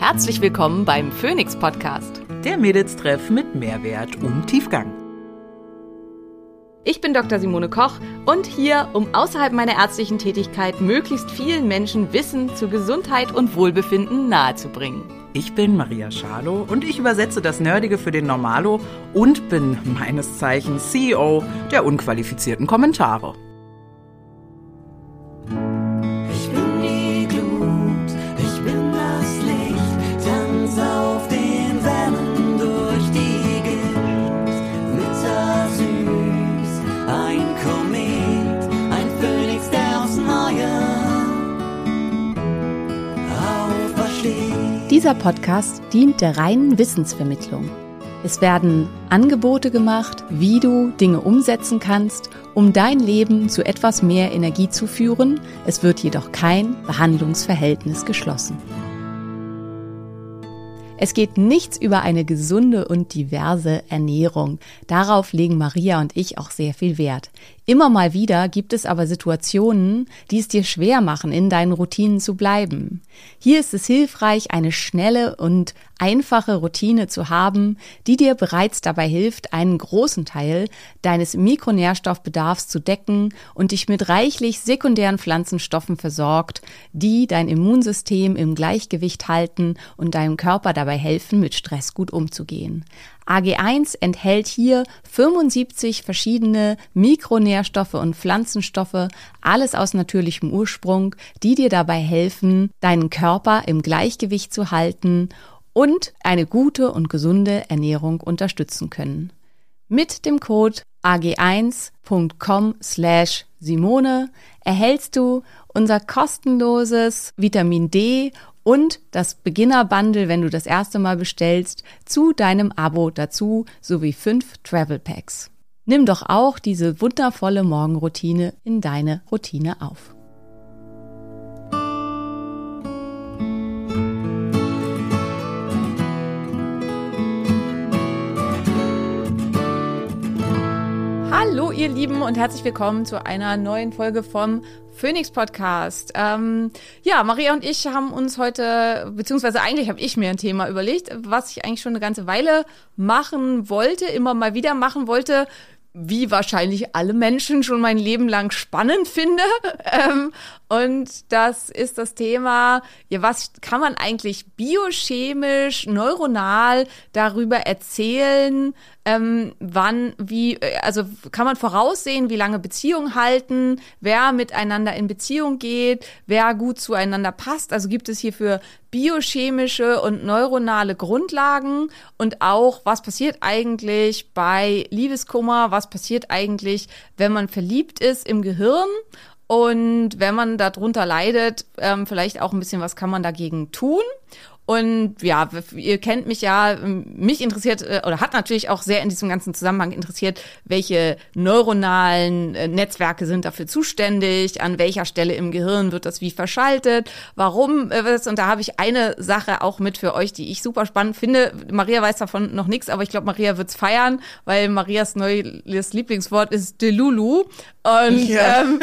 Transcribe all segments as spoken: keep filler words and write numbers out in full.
Herzlich willkommen beim Phoenix Podcast. Der Mädels-Treff mit Mehrwert und Tiefgang. Ich bin Doktor Simone Koch und hier, um außerhalb meiner ärztlichen Tätigkeit möglichst vielen Menschen Wissen zu Gesundheit und Wohlbefinden nahezubringen. Ich bin Maria Schalow und ich übersetze das Nerdige für den Normalo und bin meines Zeichens C E O der unqualifizierten Kommentare. Ich bin die Glut, ich bin das Licht, tanz auf den Wellen durch die Gegend. Bittersüß, ein Komet, ein Phönix, der aufs Neue aufersteht. Dieser Podcast dient der reinen Wissensvermittlung. Es werden Angebote gemacht, wie du Dinge umsetzen kannst, um dein Leben zu etwas mehr Energie zu führen. Es wird jedoch kein Behandlungsverhältnis geschlossen. Es geht nichts über eine gesunde und diverse Ernährung. Darauf legen Maria und ich auch sehr viel Wert. Immer mal wieder gibt es aber Situationen, die es dir schwer machen, in deinen Routinen zu bleiben. Hier ist es hilfreich, eine schnelle und einfache Routine zu haben, die dir bereits dabei hilft, einen großen Teil deines Mikronährstoffbedarfs zu decken und dich mit reichlich sekundären Pflanzenstoffen versorgt, die dein Immunsystem im Gleichgewicht halten und deinem Körper dabei helfen, mit Stress gut umzugehen. A G eins enthält hier fünfundsiebzig verschiedene Mikronährstoffe und Pflanzenstoffe, alles aus natürlichem Ursprung, die dir dabei helfen, deinen Körper im Gleichgewicht zu halten und eine gute und gesunde Ernährung unterstützen können. Mit dem Code a g eins punkt com slash Simone erhältst du unser kostenloses Vitamin D und das Beginner-Bundle, wenn du das erste Mal bestellst, zu deinem Abo dazu, sowie fünf Travel Packs. Nimm doch auch diese wundervolle Morgenroutine in deine Routine auf. Hallo ihr Lieben und herzlich willkommen zu einer neuen Folge vom Phoenix Podcast. Ähm, ja, Maria und ich haben uns heute, beziehungsweise eigentlich habe ich mir ein Thema überlegt, was ich eigentlich schon eine ganze Weile machen wollte, immer mal wieder machen wollte, wie wahrscheinlich alle Menschen schon mein Leben lang spannend finde. Ähm, und das ist das Thema, ja, was kann man eigentlich biochemisch, neuronal darüber erzählen, ähm, wann, wie, also kann man voraussehen, wie lange Beziehungen halten, wer miteinander in Beziehung geht, wer gut zueinander passt. Also gibt es hierfür biochemische und neuronale Grundlagen und auch, was passiert eigentlich bei Liebeskummer, was passiert eigentlich, wenn man verliebt ist im Gehirn und wenn man darunter leidet, ähm, vielleicht auch ein bisschen, was kann man dagegen tun? Und ja, ihr kennt mich ja, mich interessiert oder hat natürlich auch sehr in diesem ganzen Zusammenhang interessiert, welche neuronalen Netzwerke sind dafür zuständig, an welcher Stelle im Gehirn wird das wie verschaltet, warum wird. Und da habe ich eine Sache auch mit für euch, die ich super spannend finde. Maria weiß davon noch nichts, aber ich glaube, Maria wird's feiern, weil Marias neues Lieblingswort ist Delulu. Und ja. ähm,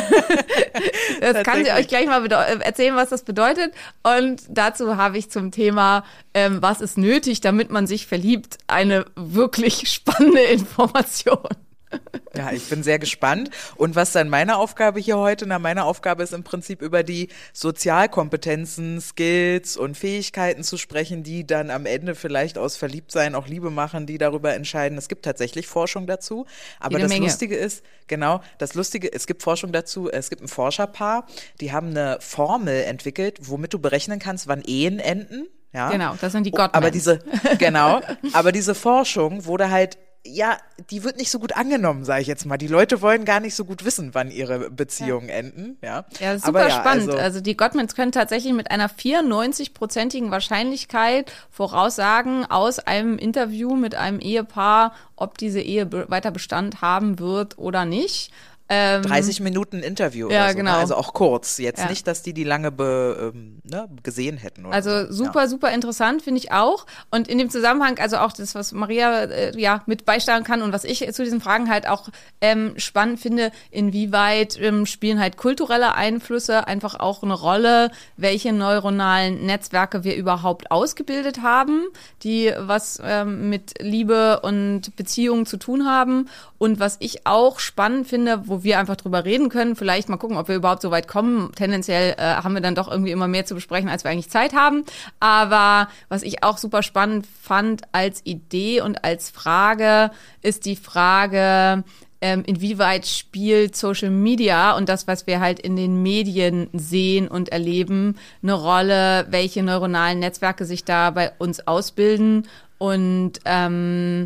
das kann sie euch gleich mal bedeu- erzählen, was das bedeutet. Und dazu habe ich zum Thema, ähm, was ist nötig, damit man sich verliebt, eine wirklich spannende Information. Ja, ich bin sehr gespannt. Und was dann meine Aufgabe hier heute, na, meine Aufgabe ist im Prinzip über die Sozialkompetenzen, Skills und Fähigkeiten zu sprechen, die dann am Ende vielleicht aus Verliebtsein auch Liebe machen, die darüber entscheiden. Es gibt tatsächlich Forschung dazu. Aber Jede das Menge. Lustige ist, genau, das Lustige, es gibt Forschung dazu, es gibt ein Forscherpaar, die haben eine Formel entwickelt, womit du berechnen kannst, wann Ehen enden. Ja? Genau, das sind die Gottmans. Aber diese, genau, aber diese Forschung wurde halt, ja, die wird nicht so gut angenommen, sage ich jetzt mal. Die Leute wollen gar nicht so gut wissen, wann ihre Beziehungen ja. enden. Ja, ja super Aber ja, spannend. Also, also die Gottmans können tatsächlich mit einer vierundneunzig-prozentigen Wahrscheinlichkeit voraussagen aus einem Interview mit einem Ehepaar, ob diese Ehe be- weiter Bestand haben wird oder nicht. Ähm, dreißig Minuten Interview ja, oder so, genau. ne? Also auch kurz. Jetzt Ja. nicht, dass die die lange be, ähm, ne, gesehen hätten. Oder Also so. super, ja. super interessant, finde ich auch. Und in dem Zusammenhang, also auch das, was Maria äh, ja mit beisteuern kann und was ich zu diesen Fragen halt auch ähm, spannend finde, inwieweit ähm, spielen halt kulturelle Einflüsse einfach auch eine Rolle, welche neuronalen Netzwerke wir überhaupt ausgebildet haben, die was ähm, mit Liebe und Beziehungen zu tun haben. Und was ich auch spannend finde, wo wir einfach drüber reden können, vielleicht mal gucken, ob wir überhaupt so weit kommen. Tendenziell äh, haben wir dann doch irgendwie immer mehr zu besprechen, als wir eigentlich Zeit haben. Aber was ich auch super spannend fand als Idee und als Frage, ist die Frage, ähm, inwieweit spielt Social Media und das, was wir halt in den Medien sehen und erleben, eine Rolle, welche neuronalen Netzwerke sich da bei uns ausbilden und ähm,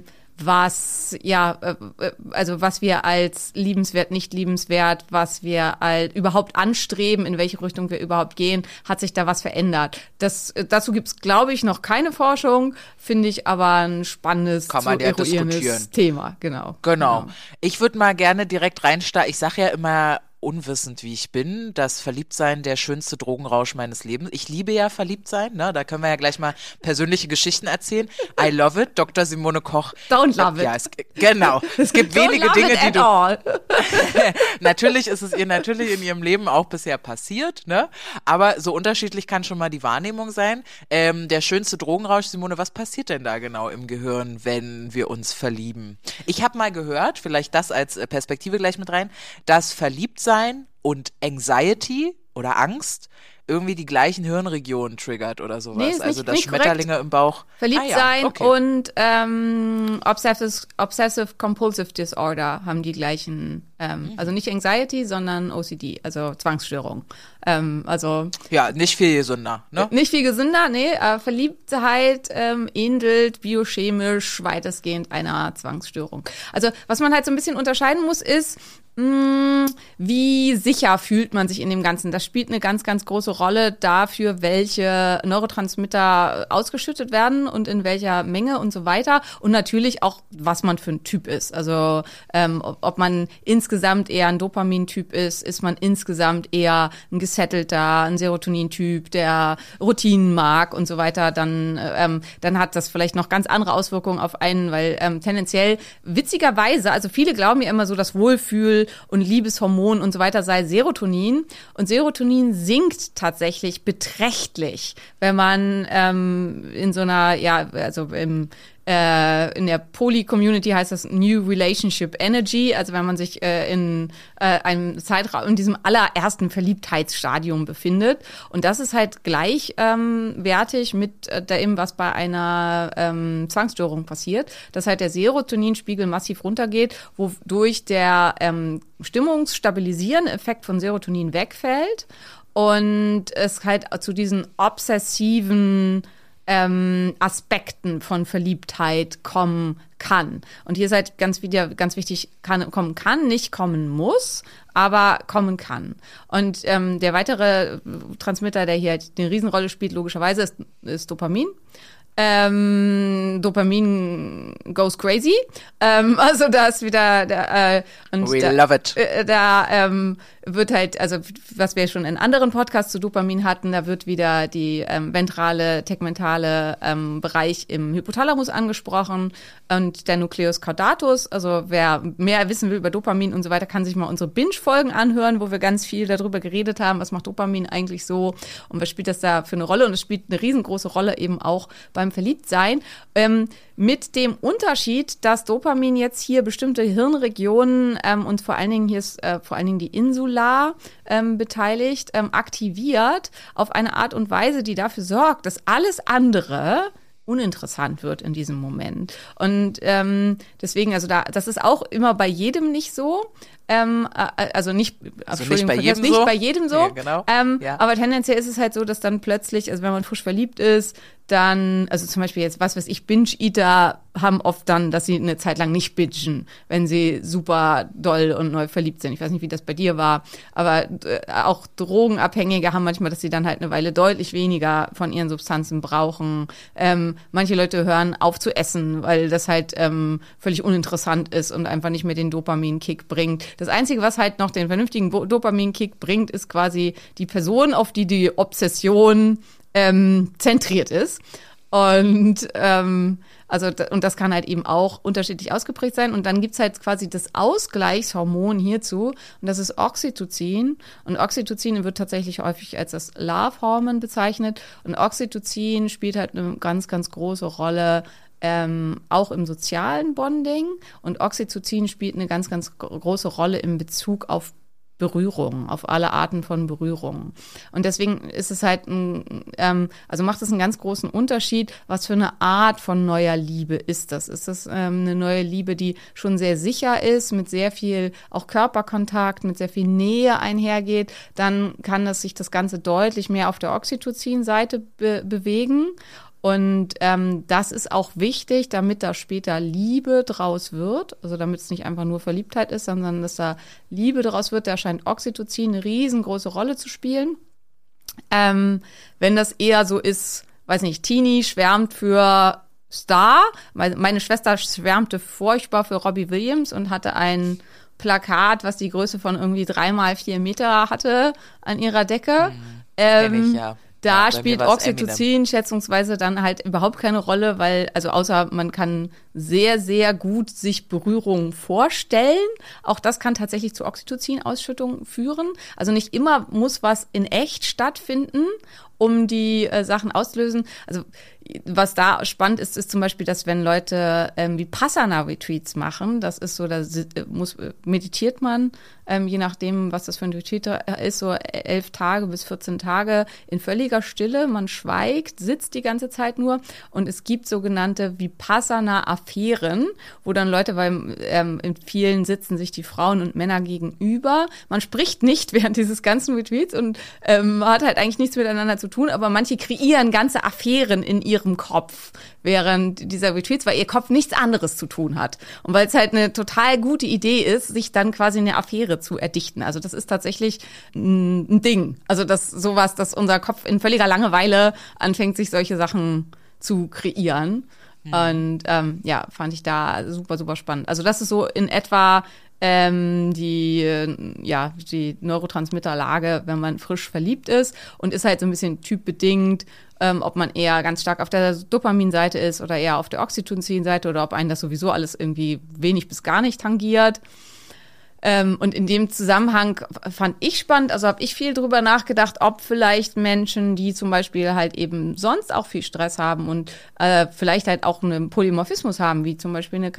was, ja, also was wir als liebenswert, nicht liebenswert, was wir als überhaupt anstreben, in welche Richtung wir überhaupt gehen, hat sich da was verändert. Das, dazu gibt's, glaube ich, noch keine Forschung, finde ich aber ein spannendes, Kann man zu ja eruierendes diskutieren. Thema. Genau. Genau. genau. Ich würde mal gerne direkt reinstarten. Ich sage ja immer, unwissend wie ich bin, das Verliebtsein der schönste Drogenrausch meines Lebens. Ich liebe ja Verliebtsein, ne? Da können wir ja gleich mal persönliche Geschichten erzählen. I love it, Doktor Simone Koch. Don't love Ja, it. es, genau. Es gibt Don't wenige love Dinge, it die at du... all. Natürlich ist es ihr natürlich in ihrem Leben auch bisher passiert, ne? Aber so unterschiedlich kann schon mal die Wahrnehmung sein. Ähm, der schönste Drogenrausch, Simone, was passiert denn da genau im Gehirn, wenn wir uns verlieben? Ich habe mal gehört, vielleicht das als Perspektive gleich mit rein, dass Verliebtsein und Anxiety oder Angst irgendwie die gleichen Hirnregionen triggert oder sowas. Nee, ist also nicht- dass nicht Schmetterlinge korrekt. im Bauch. Verliebt Ah, ja, sein okay. und ähm, Obsessive, Obsessive Compulsive Disorder haben die gleichen, ähm, also nicht Anxiety, sondern O C D, also Zwangsstörung. Ähm, also Ja, nicht viel gesünder, ne? nicht viel gesünder, nee. Äh, Verliebtheit ähm, ähnelt biochemisch weitestgehend einer Zwangsstörung. Also was man halt so ein bisschen unterscheiden muss, ist, mh, wie sicher fühlt man sich in dem Ganzen. Das spielt eine ganz, ganz große Rolle dafür, welche Neurotransmitter ausgeschüttet werden und in welcher Menge und so weiter. Und natürlich auch, was man für ein Typ ist. Also ähm, ob, ob man insgesamt eher ein Dopamin-Typ ist, ist man insgesamt eher ein gesettelter, ein Serotonin-Typ, der Routinen mag und so weiter, dann, ähm, dann hat das vielleicht noch ganz andere Auswirkungen auf einen, weil ähm, tendenziell witzigerweise, also viele glauben ja immer so, das Wohlfühl und Liebeshormon und so weiter sei Serotonin, und Serotonin sinkt tatsächlich beträchtlich, wenn man ähm, in so einer, ja, also im Äh, in der Poly-Community heißt das New Relationship Energy, also wenn man sich äh, in äh, einem Zeitraum, in diesem allerersten Verliebtheitsstadium befindet. Und das ist halt gleichwertig ähm, wertig mit äh, dem, was bei einer ähm, Zwangsstörung passiert, dass halt der Serotoninspiegel massiv runtergeht, wodurch der ähm, stimmungsstabilisierende Effekt von Serotonin wegfällt und es halt zu diesen obsessiven Ähm, Aspekten von Verliebtheit kommen kann. Und hier ist halt ganz wieder ganz wichtig, kann, kommen kann, nicht kommen muss, aber kommen kann. Und ähm, der weitere Transmitter, der hier halt eine Riesenrolle spielt, logischerweise, ist, ist Dopamin. Ähm, Dopamin goes crazy. Ähm, also da ist wieder da, äh, und We da, love it. Äh, da ähm, wird halt, also was wir schon in anderen Podcasts zu Dopamin hatten, da wird wieder die ähm, ventrale, tegmentale ähm, Bereich im Hypothalamus angesprochen und der Nucleus caudatus. Also wer mehr wissen will über Dopamin und so weiter, kann sich mal unsere Binge-Folgen anhören, wo wir ganz viel darüber geredet haben, was macht Dopamin eigentlich so und was spielt das da für eine Rolle, und es spielt eine riesengroße Rolle eben auch beim Verliebtsein, ähm, mit dem Unterschied, dass Dopamin jetzt hier bestimmte Hirnregionen ähm, und vor allen Dingen hier ist äh, vor allen Dingen die Insula ähm, beteiligt, ähm, aktiviert auf eine Art und Weise, die dafür sorgt, dass alles andere uninteressant wird in diesem Moment. Und ähm, deswegen, also da, das ist auch immer bei jedem nicht so. Ähm, also nicht, Also Entschuldigung, nicht bei jedem nicht so. bei jedem so. Ja, genau. Ähm, Ja. Aber tendenziell ist es halt so, dass dann plötzlich, also wenn man frisch verliebt ist, dann, also zum Beispiel jetzt, was weiß ich, Binge-Eater haben oft dann, dass sie eine Zeit lang nicht bingen, wenn sie super doll und neu verliebt sind. Ich weiß nicht, wie das bei dir war, aber äh, auch Drogenabhängige haben manchmal, dass sie dann halt eine Weile deutlich weniger von ihren Substanzen brauchen. Ähm, manche Leute hören auf zu essen, weil das halt ähm, völlig uninteressant ist und einfach nicht mehr den Dopamin-Kick bringt. Das Einzige, was halt noch den vernünftigen Dopaminkick bringt, ist quasi die Person, auf die die Obsession ähm, zentriert ist. Und ähm, also und das kann halt eben auch unterschiedlich ausgeprägt sein. Und dann gibt's halt quasi das Ausgleichshormon hierzu. Und das ist Oxytocin. Und Oxytocin wird tatsächlich häufig als das Love-Hormon bezeichnet. Und Oxytocin spielt halt eine ganz, ganz große Rolle ähm, auch im sozialen Bonding. Und Oxytocin spielt eine ganz, ganz große Rolle in Bezug auf Berührung, auf alle Arten von Berührung. Und deswegen ist es halt, ein, ähm, also macht es einen ganz großen Unterschied, was für eine Art von neuer Liebe ist das. Ist das ähm, eine neue Liebe, die schon sehr sicher ist, mit sehr viel auch Körperkontakt, mit sehr viel Nähe einhergeht, dann kann das sich das Ganze deutlich mehr auf der Oxytocin-Seite be- bewegen. Und ähm, das ist auch wichtig, damit da später Liebe draus wird. Also damit es nicht einfach nur Verliebtheit ist, sondern dass da Liebe draus wird. Da scheint Oxytocin eine riesengroße Rolle zu spielen. Ähm, wenn das eher so ist, weiß nicht, Teenie schwärmt für Star. Meine Schwester schwärmte furchtbar für Robbie Williams und hatte ein Plakat, was die Größe von irgendwie drei mal vier Meter hatte an ihrer Decke. Mhm. Ähm, Kenn ich, ja. Da ja, spielt Oxytocin Eminem. Schätzungsweise dann halt überhaupt keine Rolle, weil, also außer man kann sehr, sehr gut sich Berührung vorstellen. Auch das kann tatsächlich zu Oxytocin-Ausschüttung führen. Also nicht immer muss was in echt stattfinden, um die äh, Sachen auszulösen. Also was da spannend ist, ist zum Beispiel, dass wenn Leute ähm, Vipassana-Retreats machen, das ist so, da muss, meditiert man, ähm, je nachdem, was das für ein Retreat ist, so elf Tage bis vierzehn Tage in völliger Stille. Man schweigt, sitzt die ganze Zeit nur und es gibt sogenannte Vipassana-Affären, wo dann Leute, weil ähm, in vielen sitzen sich die Frauen und Männer gegenüber. Man spricht nicht während dieses ganzen Retreats und ähm, hat halt eigentlich nichts miteinander zu tun, aber manche kreieren ganze Affären in ihrem Kopf während dieser Retreats, weil ihr Kopf nichts anderes zu tun hat. Und weil es halt eine total gute Idee ist, sich dann quasi eine Affäre zu erdichten. Also das ist tatsächlich ein Ding. Also das sowas, dass unser Kopf in völliger Langeweile anfängt, sich solche Sachen zu kreieren. Mhm. Und ähm, ja, fand ich da super, super spannend. Also das ist so in etwa ähm, die, ja, die Neurotransmitterlage, wenn man frisch verliebt ist und ist halt so ein bisschen typbedingt, ähm, ob man eher ganz stark auf der Dopaminseite ist oder eher auf der Oxytocin-Seite oder ob einen das sowieso alles irgendwie wenig bis gar nicht tangiert. Ähm, und in dem Zusammenhang fand ich spannend, also habe ich viel drüber nachgedacht, ob vielleicht Menschen, die zum Beispiel halt eben sonst auch viel Stress haben und äh, vielleicht halt auch einen Polymorphismus haben, wie zum Beispiel eine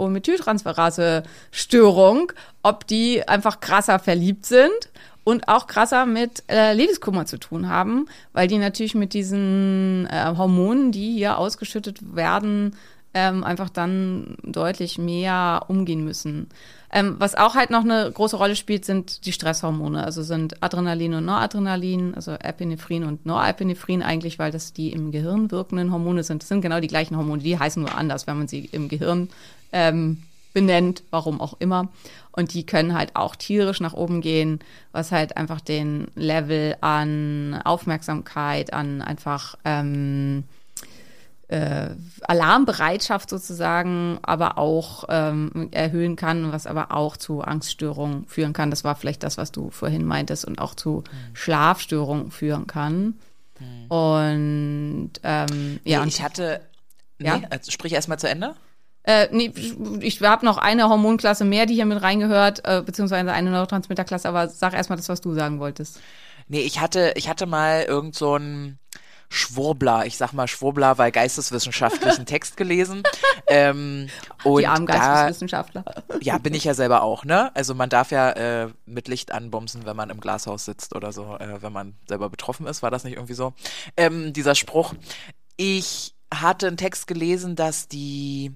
Katechol-O-Methyltransferase-Störung, ob die einfach krasser verliebt sind und auch krasser mit äh, Liebeskummer zu tun haben, weil die natürlich mit diesen äh, Hormonen, die hier ausgeschüttet werden, ähm, einfach dann deutlich mehr umgehen müssen. Ähm, was auch halt noch eine große Rolle spielt, sind die Stresshormone. Also sind Adrenalin und Noradrenalin, also Epinephrin und Norepinephrin eigentlich, weil das die im Gehirn wirkenden Hormone sind. Das sind genau die gleichen Hormone, die heißen nur anders, wenn man sie im Gehirn ähm, benennt, warum auch immer. Und die können halt auch tierisch nach oben gehen, was halt einfach den Level an Aufmerksamkeit, an einfach ähm, äh, Alarmbereitschaft sozusagen, aber auch ähm, erhöhen kann, was aber auch zu Angststörungen führen kann. Das war vielleicht das, was du vorhin meintest, und auch zu mhm. Schlafstörungen führen kann. Mhm. Und ähm, ja. Nee, ich hatte, nee, ja? also sprich erst mal zu Ende. Äh, nee, ich habe noch eine Hormonklasse mehr, die hier mit reingehört, äh, beziehungsweise eine Neurotransmitterklasse, aber sag erstmal das, was du sagen wolltest. Nee, ich hatte, ich hatte mal irgend so ein Schwurbler, ich sag mal Schwurbler, weil geisteswissenschaftlichen Text gelesen. Ähm, und die armen Geisteswissenschaftler. Da, ja, bin ich ja selber auch, ne? Also man darf ja äh, mit Licht anbumsen, wenn man im Glashaus sitzt oder so, äh, wenn man selber betroffen ist. War das nicht irgendwie so? Ähm, dieser Spruch. Ich hatte einen Text gelesen, dass die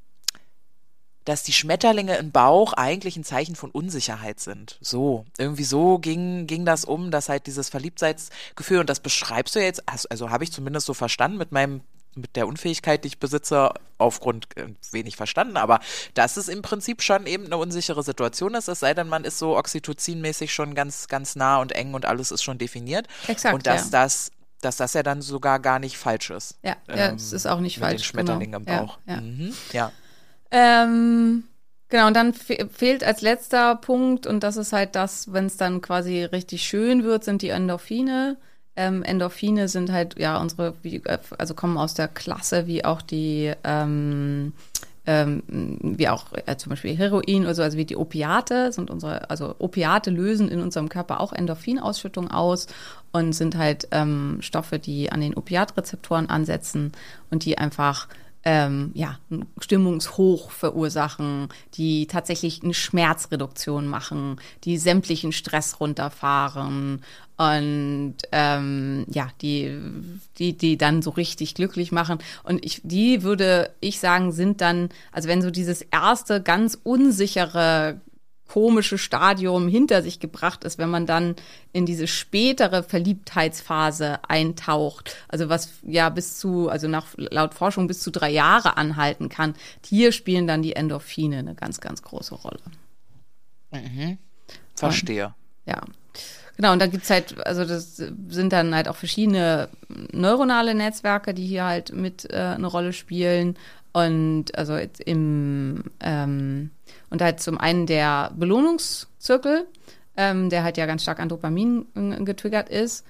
dass die Schmetterlinge im Bauch eigentlich ein Zeichen von Unsicherheit sind. So, irgendwie so ging ging das um, dass halt dieses Verliebtheitsgefühl, und das beschreibst du jetzt, also, also habe ich zumindest so verstanden mit meinem mit der Unfähigkeit, die ich besitze, aufgrund äh, wenig verstanden, aber dass es im Prinzip schon eben eine unsichere Situation ist, es sei denn, man ist so oxytocinmäßig schon ganz ganz nah und eng und alles ist schon definiert. Exakt, und dass ja. das dass das ja dann sogar gar nicht falsch ist. Ja, ähm, ja, es ist auch nicht mit falsch. Den Schmetterlingen genau. im Bauch. Ja, ja. Mhm, ja. Ähm, Genau, und dann fe- fehlt als letzter Punkt, und das ist halt das, wenn es dann quasi richtig schön wird, sind die Endorphine. Ähm, Endorphine sind halt, ja, unsere, wie, also kommen aus der Klasse, wie auch die, ähm, ähm, wie auch äh, zum Beispiel Heroin oder so, also wie die Opiate sind unsere, also Opiate lösen in unserem Körper auch Endorphinausschüttung aus und sind halt ähm, Stoffe, die an den Opiatrezeptoren ansetzen und die einfach Ähm, ja, ein Stimmungshoch verursachen, die tatsächlich eine Schmerzreduktion machen, die sämtlichen Stress runterfahren und ähm, ja, die, die, die dann so richtig glücklich machen. Und ich, die würde ich sagen, sind dann, also wenn so dieses erste ganz unsichere komische Stadium hinter sich gebracht ist, wenn man dann in diese spätere Verliebtheitsphase eintaucht, also was ja bis zu, also nach laut Forschung bis zu drei Jahre anhalten kann, hier spielen dann die Endorphine eine ganz, ganz große Rolle. Mhm. Verstehe. Und, ja. Genau, und dann gibt's halt, also das sind dann halt auch verschiedene neuronale Netzwerke, die hier halt mit äh, eine Rolle spielen. Und also im ähm, und halt zum einen der Belohnungszirkel, ähm, der halt ja ganz stark an Dopamin äh, getriggert ist.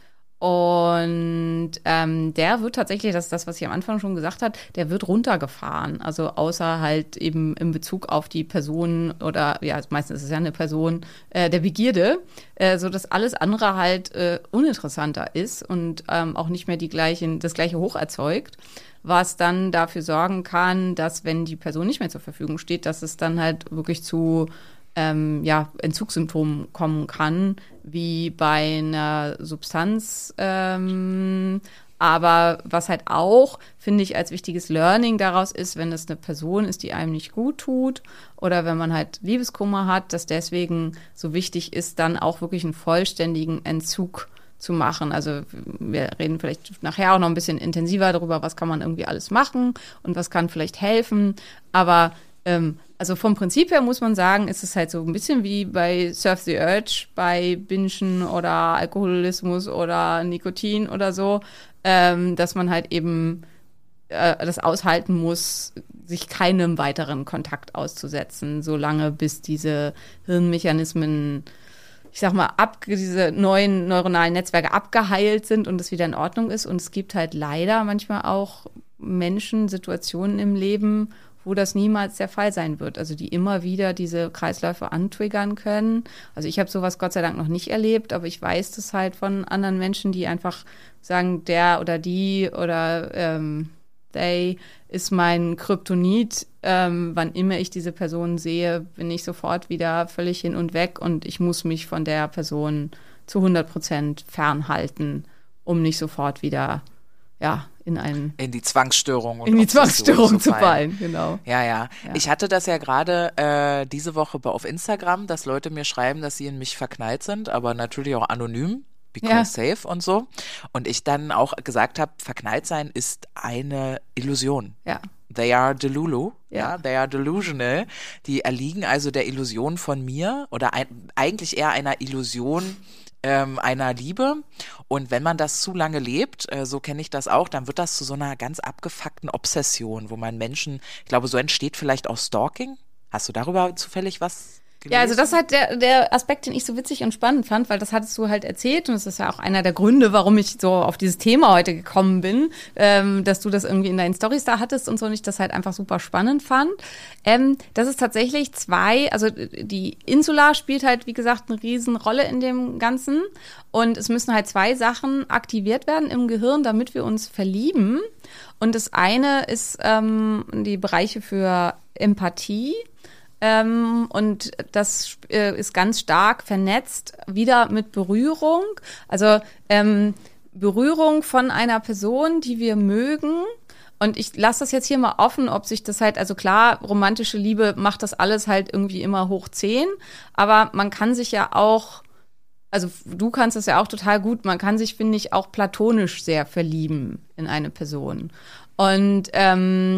Und ähm, der wird tatsächlich, das ist das, was ich am Anfang schon gesagt habe, der wird runtergefahren. Also außer halt eben in Bezug auf die Person oder, ja, meistens ist es ja eine Person, äh, der Begierde, äh, so dass alles andere halt äh, uninteressanter ist und ähm, auch nicht mehr die gleichen, das gleiche Hoch erzeugt, was dann dafür sorgen kann, dass wenn die Person nicht mehr zur Verfügung steht, dass es dann halt wirklich zu ähm, ja, Entzugssymptomen kommen kann, wie bei einer Substanz. Ähm, aber was halt auch, finde ich, als wichtiges Learning daraus ist, wenn es eine Person ist, die einem nicht gut tut oder wenn man halt Liebeskummer hat, dass deswegen so wichtig ist, dann auch wirklich einen vollständigen Entzug zu machen. Also wir reden vielleicht nachher auch noch ein bisschen intensiver darüber, was kann man irgendwie alles machen und was kann vielleicht helfen. Aber ähm, also vom Prinzip her muss man sagen, ist es halt so ein bisschen wie bei Surf the Urge, bei Bingen oder Alkoholismus oder Nikotin oder so, ähm, dass man halt eben äh, das aushalten muss, sich keinem weiteren Kontakt auszusetzen, solange bis diese Hirnmechanismen, ich sag mal, ab, diese neuen neuronalen Netzwerke abgeheilt sind und es wieder in Ordnung ist. Und es gibt halt leider manchmal auch Menschen, Situationen im Leben, wo das niemals der Fall sein wird. Also die immer wieder diese Kreisläufe antriggern können. Also ich habe sowas Gott sei Dank noch nicht erlebt, aber ich weiß das halt von anderen Menschen, die einfach sagen, der oder die oder ähm, they ist mein Kryptonit. Ähm, wann immer ich diese Person sehe, bin ich sofort wieder völlig hin und weg und ich muss mich von der Person zu hundert Prozent fernhalten, um nicht sofort wieder, ja, in einen In die Zwangsstörung. Und in die Obsession Zwangsstörung zu zu fallen, genau. Ja, ja, Ja. Ich hatte das ja gerade äh, diese Woche auf Instagram, dass Leute mir schreiben, dass sie in mich verknallt sind, aber natürlich auch anonym. Because Ja. safe und so. Und ich dann auch gesagt habe, verknallt sein ist eine Illusion. Ja. They are delulu, ja. Ja. they are delusional. Die erliegen also der Illusion von mir oder ein, eigentlich eher einer Illusion ähm, einer Liebe. Und wenn man das zu lange lebt, äh, so kenne ich das auch, dann wird das zu so einer ganz abgefuckten Obsession, wo man Menschen, ich glaube, so entsteht vielleicht auch Stalking. Hast du darüber zufällig was gelesen? Ja, also das ist halt der, der Aspekt, den ich so witzig und spannend fand, weil das hattest du halt erzählt und das ist ja auch einer der Gründe, warum ich so auf dieses Thema heute gekommen bin, ähm, dass du das irgendwie in deinen Storys da hattest und so und ich das halt einfach super spannend fand. Ähm, das ist tatsächlich zwei, also die Insula spielt halt, wie gesagt, eine Riesenrolle in dem Ganzen und es müssen halt zwei Sachen aktiviert werden im Gehirn, damit wir uns verlieben. Und das eine ist ähm, die Bereiche für Empathie. Ähm, und das äh, ist ganz stark vernetzt wieder mit Berührung. Also ähm, Berührung von einer Person, die wir mögen. Und ich lasse das jetzt hier mal offen, ob sich das halt, also klar, romantische Liebe macht das alles halt irgendwie immer hoch zehn. Aber man kann sich ja auch, also du kannst das ja auch total gut, man kann sich, finde ich, auch platonisch sehr verlieben in eine Person. Und ähm,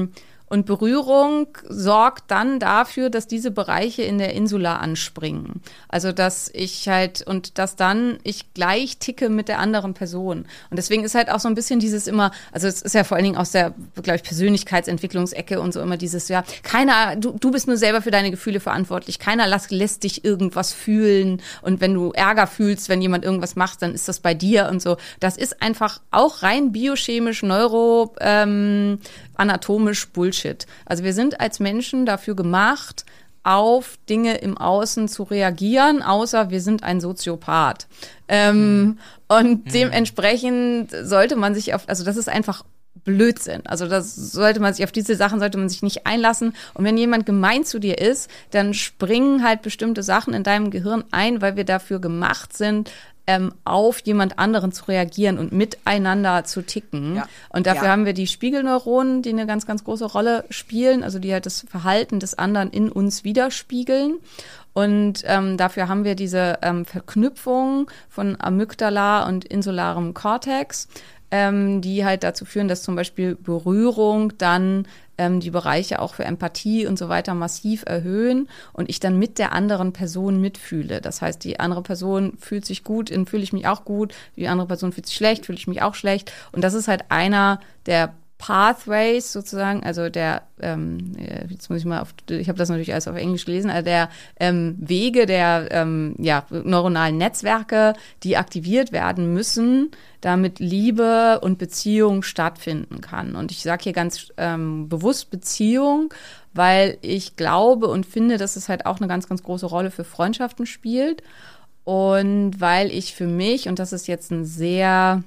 Und Berührung sorgt dann dafür, dass diese Bereiche in der Insula anspringen. Also, dass ich halt, und dass dann ich gleich ticke mit der anderen Person. Und deswegen ist halt auch so ein bisschen dieses immer, also es ist ja vor allen Dingen aus der, glaube ich, Persönlichkeitsentwicklungsecke und so immer dieses, ja, keiner, du, du bist nur selber für deine Gefühle verantwortlich. Keiner lässt, lässt dich irgendwas fühlen. Und wenn du Ärger fühlst, wenn jemand irgendwas macht, dann ist das bei dir und so. Das ist einfach auch rein biochemisch, neuro, ähm, anatomisch Bullshit. Also wir sind als Menschen dafür gemacht, auf Dinge im Außen zu reagieren, außer wir sind ein Soziopath. Ähm, mhm. Und mhm. dementsprechend sollte man sich auf, also das ist einfach Blödsinn. Also das sollte man sich, auf diese Sachen sollte man sich nicht einlassen. Und wenn jemand gemein zu dir ist, dann springen halt bestimmte Sachen in deinem Gehirn ein, weil wir dafür gemacht sind, ähm, auf jemand anderen zu reagieren und miteinander zu ticken. Ja. Und dafür ja. haben wir die Spiegelneuronen, die eine ganz, ganz große Rolle spielen, also die halt das Verhalten des anderen in uns widerspiegeln. Und ähm, dafür haben wir diese ähm, Verknüpfung von Amygdala und insularem Cortex, ähm, die halt dazu führen, dass zum Beispiel Berührung dann ähm, die Bereiche auch für Empathie und so weiter massiv erhöhen und ich dann mit der anderen Person mitfühle. Das heißt, die andere Person fühlt sich gut, dann fühle ich mich auch gut, die andere Person fühlt sich schlecht, fühle ich mich auch schlecht. Und das ist halt einer der Pathways sozusagen, also der, ähm, jetzt muss ich mal auf, ich habe das natürlich alles auf Englisch gelesen, also der ähm, Wege der ähm, ja, neuronalen Netzwerke, die aktiviert werden müssen, damit Liebe und Beziehung stattfinden kann. Und ich sage hier ganz ähm, bewusst Beziehung, weil ich glaube und finde, dass es halt auch eine ganz, ganz große Rolle für Freundschaften spielt und weil ich für mich, und das ist jetzt ein sehr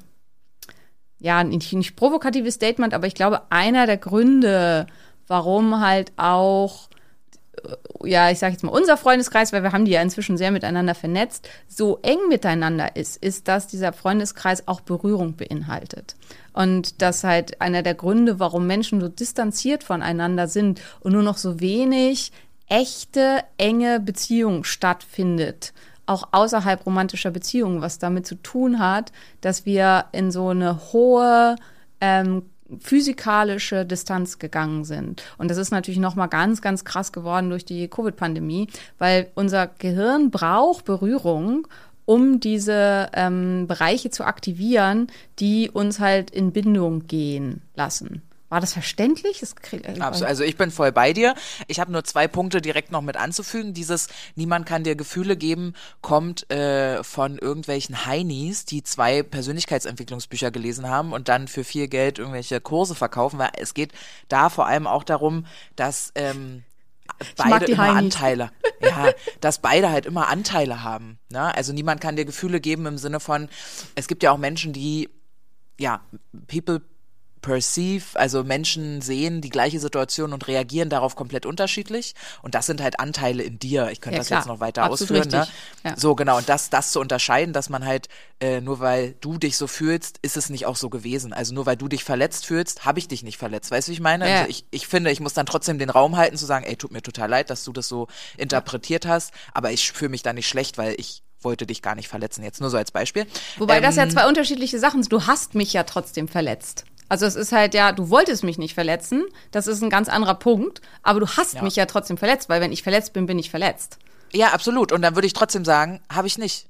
ja, nicht, nicht provokatives Statement, aber ich glaube, einer der Gründe, warum halt auch, ja, ich sage jetzt mal, unser Freundeskreis, weil wir haben die ja inzwischen sehr miteinander vernetzt, so eng miteinander ist, ist, dass dieser Freundeskreis auch Berührung beinhaltet. Und das halt einer der Gründe, warum Menschen so distanziert voneinander sind und nur noch so wenig echte, enge Beziehung stattfindet. Auch außerhalb romantischer Beziehungen, was damit zu tun hat, dass wir in so eine hohe ähm, physikalische Distanz gegangen sind. Und das ist natürlich nochmal ganz, ganz krass geworden durch die Covid-Pandemie, weil unser Gehirn braucht Berührung, um diese ähm, Bereiche zu aktivieren, die uns halt in Bindung gehen lassen. War das verständlich? Das Absolut. Also ich bin voll bei dir. Ich habe nur zwei Punkte direkt noch mit anzufügen. Dieses niemand kann dir Gefühle geben, kommt äh, von irgendwelchen Heinis, die zwei Persönlichkeitsentwicklungsbücher gelesen haben und dann für viel Geld irgendwelche Kurse verkaufen. Weil es geht da vor allem auch darum, dass ähm, beide immer Heinis. Anteile, ja, dass beide halt immer Anteile haben. Ne? Also niemand kann dir Gefühle geben im Sinne von, es gibt ja auch Menschen, die, ja, people perceive, also Menschen sehen die gleiche Situation und reagieren darauf komplett unterschiedlich und das sind halt Anteile in dir. Ich könnte ja, das klar. jetzt noch weiter Absolut ausführen. Ne? Ja. So genau, und das, das zu unterscheiden, dass man halt äh, nur weil du dich so fühlst, ist es nicht auch so gewesen. Also nur weil du dich verletzt fühlst, habe ich dich nicht verletzt. Weißt du, wie ich meine? Ja. Also ich, ich finde, ich muss dann trotzdem den Raum halten zu sagen, ey, tut mir total leid, dass du das so interpretiert hast, aber ich fühle mich da nicht schlecht, weil ich wollte dich gar nicht verletzen. Jetzt nur so als Beispiel. Wobei ähm, das ja zwei unterschiedliche Sachen sind. Du hast mich ja trotzdem verletzt. Also es ist halt ja, du wolltest mich nicht verletzen, das ist ein ganz anderer Punkt, aber du hast ja. mich ja trotzdem verletzt, weil wenn ich verletzt bin, bin ich verletzt. Ja, absolut. Und dann würde ich trotzdem sagen, habe ich nicht.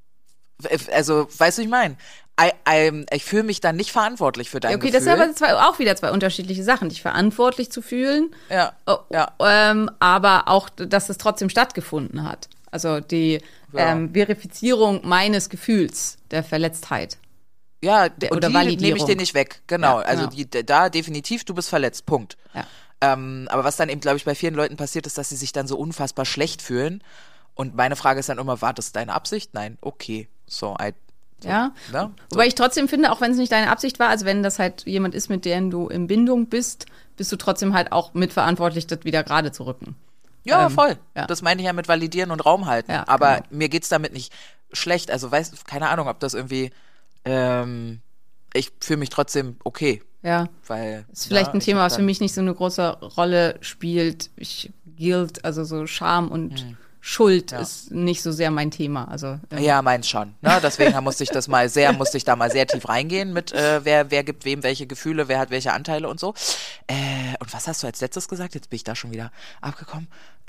Also, weißt du, ich meine, I, I, ich fühle mich dann nicht verantwortlich für dein okay, Gefühl. Okay, das sind aber zwei, auch wieder zwei unterschiedliche Sachen, dich verantwortlich zu fühlen, ja, oh, ja. Ähm, aber auch, dass es trotzdem stattgefunden hat. Also die ja. ähm, Verifizierung meines Gefühls der Verletztheit. Ja, de- und Oder die Validierung. nehme ich dir nicht weg, genau. Ja, also genau. Die, da definitiv, du bist verletzt, Punkt. Ja. Ähm, aber was dann eben, glaube ich, bei vielen Leuten passiert ist, dass sie sich dann so unfassbar schlecht fühlen. Und meine Frage ist dann immer, war das deine Absicht? Nein, okay, so, I, so ja, ne? so. Wobei ich trotzdem finde, auch wenn es nicht deine Absicht war, also wenn das halt jemand ist, mit dem du in Bindung bist, bist du trotzdem halt auch mitverantwortlich, das wieder gerade zu rücken. Ja, ähm, voll. Ja. Das meine ich ja mit validieren und Raum halten. Ja, aber genau. mir geht's damit nicht schlecht. Also weiß, keine Ahnung, ob das irgendwie, ähm, ich fühle mich trotzdem okay. Ja. Weil. Das ist vielleicht ja, ein Thema, was für mich nicht so eine große Rolle spielt. Ich Guilt, also so Scham und hm. Schuld Ja. ist nicht so sehr mein Thema. Also ähm, Ja, meins schon. Ne? Deswegen musste ich das mal sehr, musste ich da mal sehr tief reingehen mit, äh, wer, wer gibt wem welche Gefühle, wer hat welche Anteile und so. Äh, und was hast du als letztes gesagt? Jetzt bin ich da schon wieder abgekommen. Äh,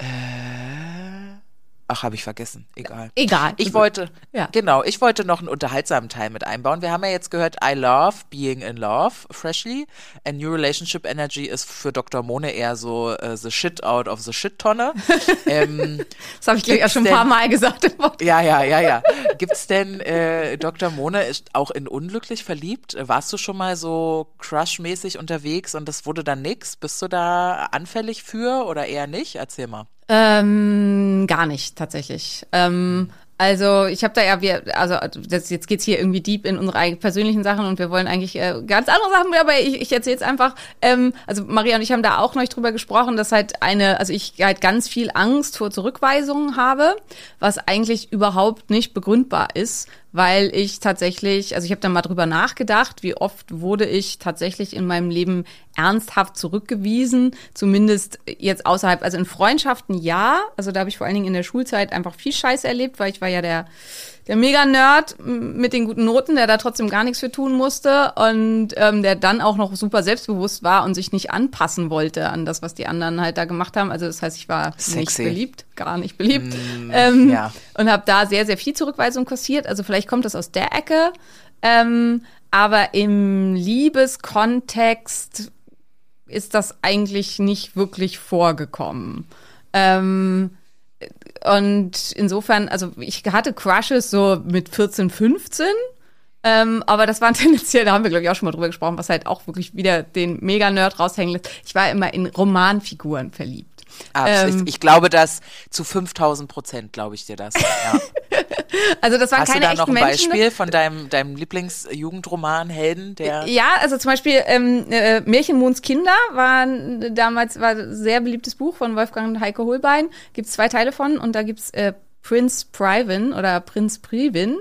ach, habe ich vergessen. Egal. Egal. Ich wollte, Ja. genau, ich wollte noch einen unterhaltsamen Teil mit einbauen. Wir haben ja jetzt gehört, I love being in love, freshly. And new relationship energy ist für Doktor Mone eher so äh, the shit out of the shit-Tonne. ähm, das habe ich gleich auch schon ein denn- paar Mal gesagt im Podcast. ja, ja, ja, ja. Gibt's denn, äh, Doktor Mone ist auch in Unglücklich verliebt? Warst du schon mal so crush-mäßig unterwegs und das wurde dann nix? Bist du da anfällig für oder eher nicht? Erzähl mal. Ähm, gar nicht, tatsächlich. Ähm, also ich habe da ja, wir, also das, jetzt geht's hier irgendwie deep in unsere eigenen persönlichen Sachen und wir wollen eigentlich äh, ganz andere Sachen, aber ich, ich erzähle es einfach. Ähm, also Maria und ich haben da auch noch drüber gesprochen, dass halt eine, also ich halt ganz viel Angst vor Zurückweisungen habe, was eigentlich überhaupt nicht begründbar ist, weil ich tatsächlich, also ich habe da mal drüber nachgedacht, wie oft wurde ich tatsächlich in meinem Leben ernsthaft zurückgewiesen, zumindest jetzt außerhalb, also in Freundschaften ja, also da habe ich vor allen Dingen in der Schulzeit einfach viel Scheiße erlebt, weil ich war ja der der Mega-Nerd mit den guten Noten, der da trotzdem gar nichts für tun musste und ähm, der dann auch noch super selbstbewusst war und sich nicht anpassen wollte an das, was die anderen halt da gemacht haben. Also das heißt, ich war Sexy. nicht beliebt, gar nicht beliebt. Mm, ähm, ja. Und habe da sehr, sehr viel Zurückweisung kassiert. Also vielleicht kommt das aus der Ecke. Ähm, aber im Liebeskontext ist das eigentlich nicht wirklich vorgekommen. Ähm, und insofern, also ich hatte Crushes so mit vierzehn, fünfzehn, ähm, aber das waren tendenziell, da haben wir glaube ich auch schon mal drüber gesprochen, was halt auch wirklich wieder den Mega-Nerd raushängen lässt. Ich war immer in Romanfiguren verliebt. Absolut. Ähm, ich, ich glaube das zu fünftausend Prozent, glaube ich dir das. Ja. Also das waren Hast du keine da echten noch ein Menschen. Beispiel von deinem, deinem Lieblingsjugendroman-Helden, der Ja, also zum Beispiel ähm, äh, Märchenmonds Kinder war damals war ein sehr beliebtes Buch von Wolfgang und Heike Holbein. Gibt's zwei Teile von und da gibt's äh, Prinz Privin oder Prinz Privin.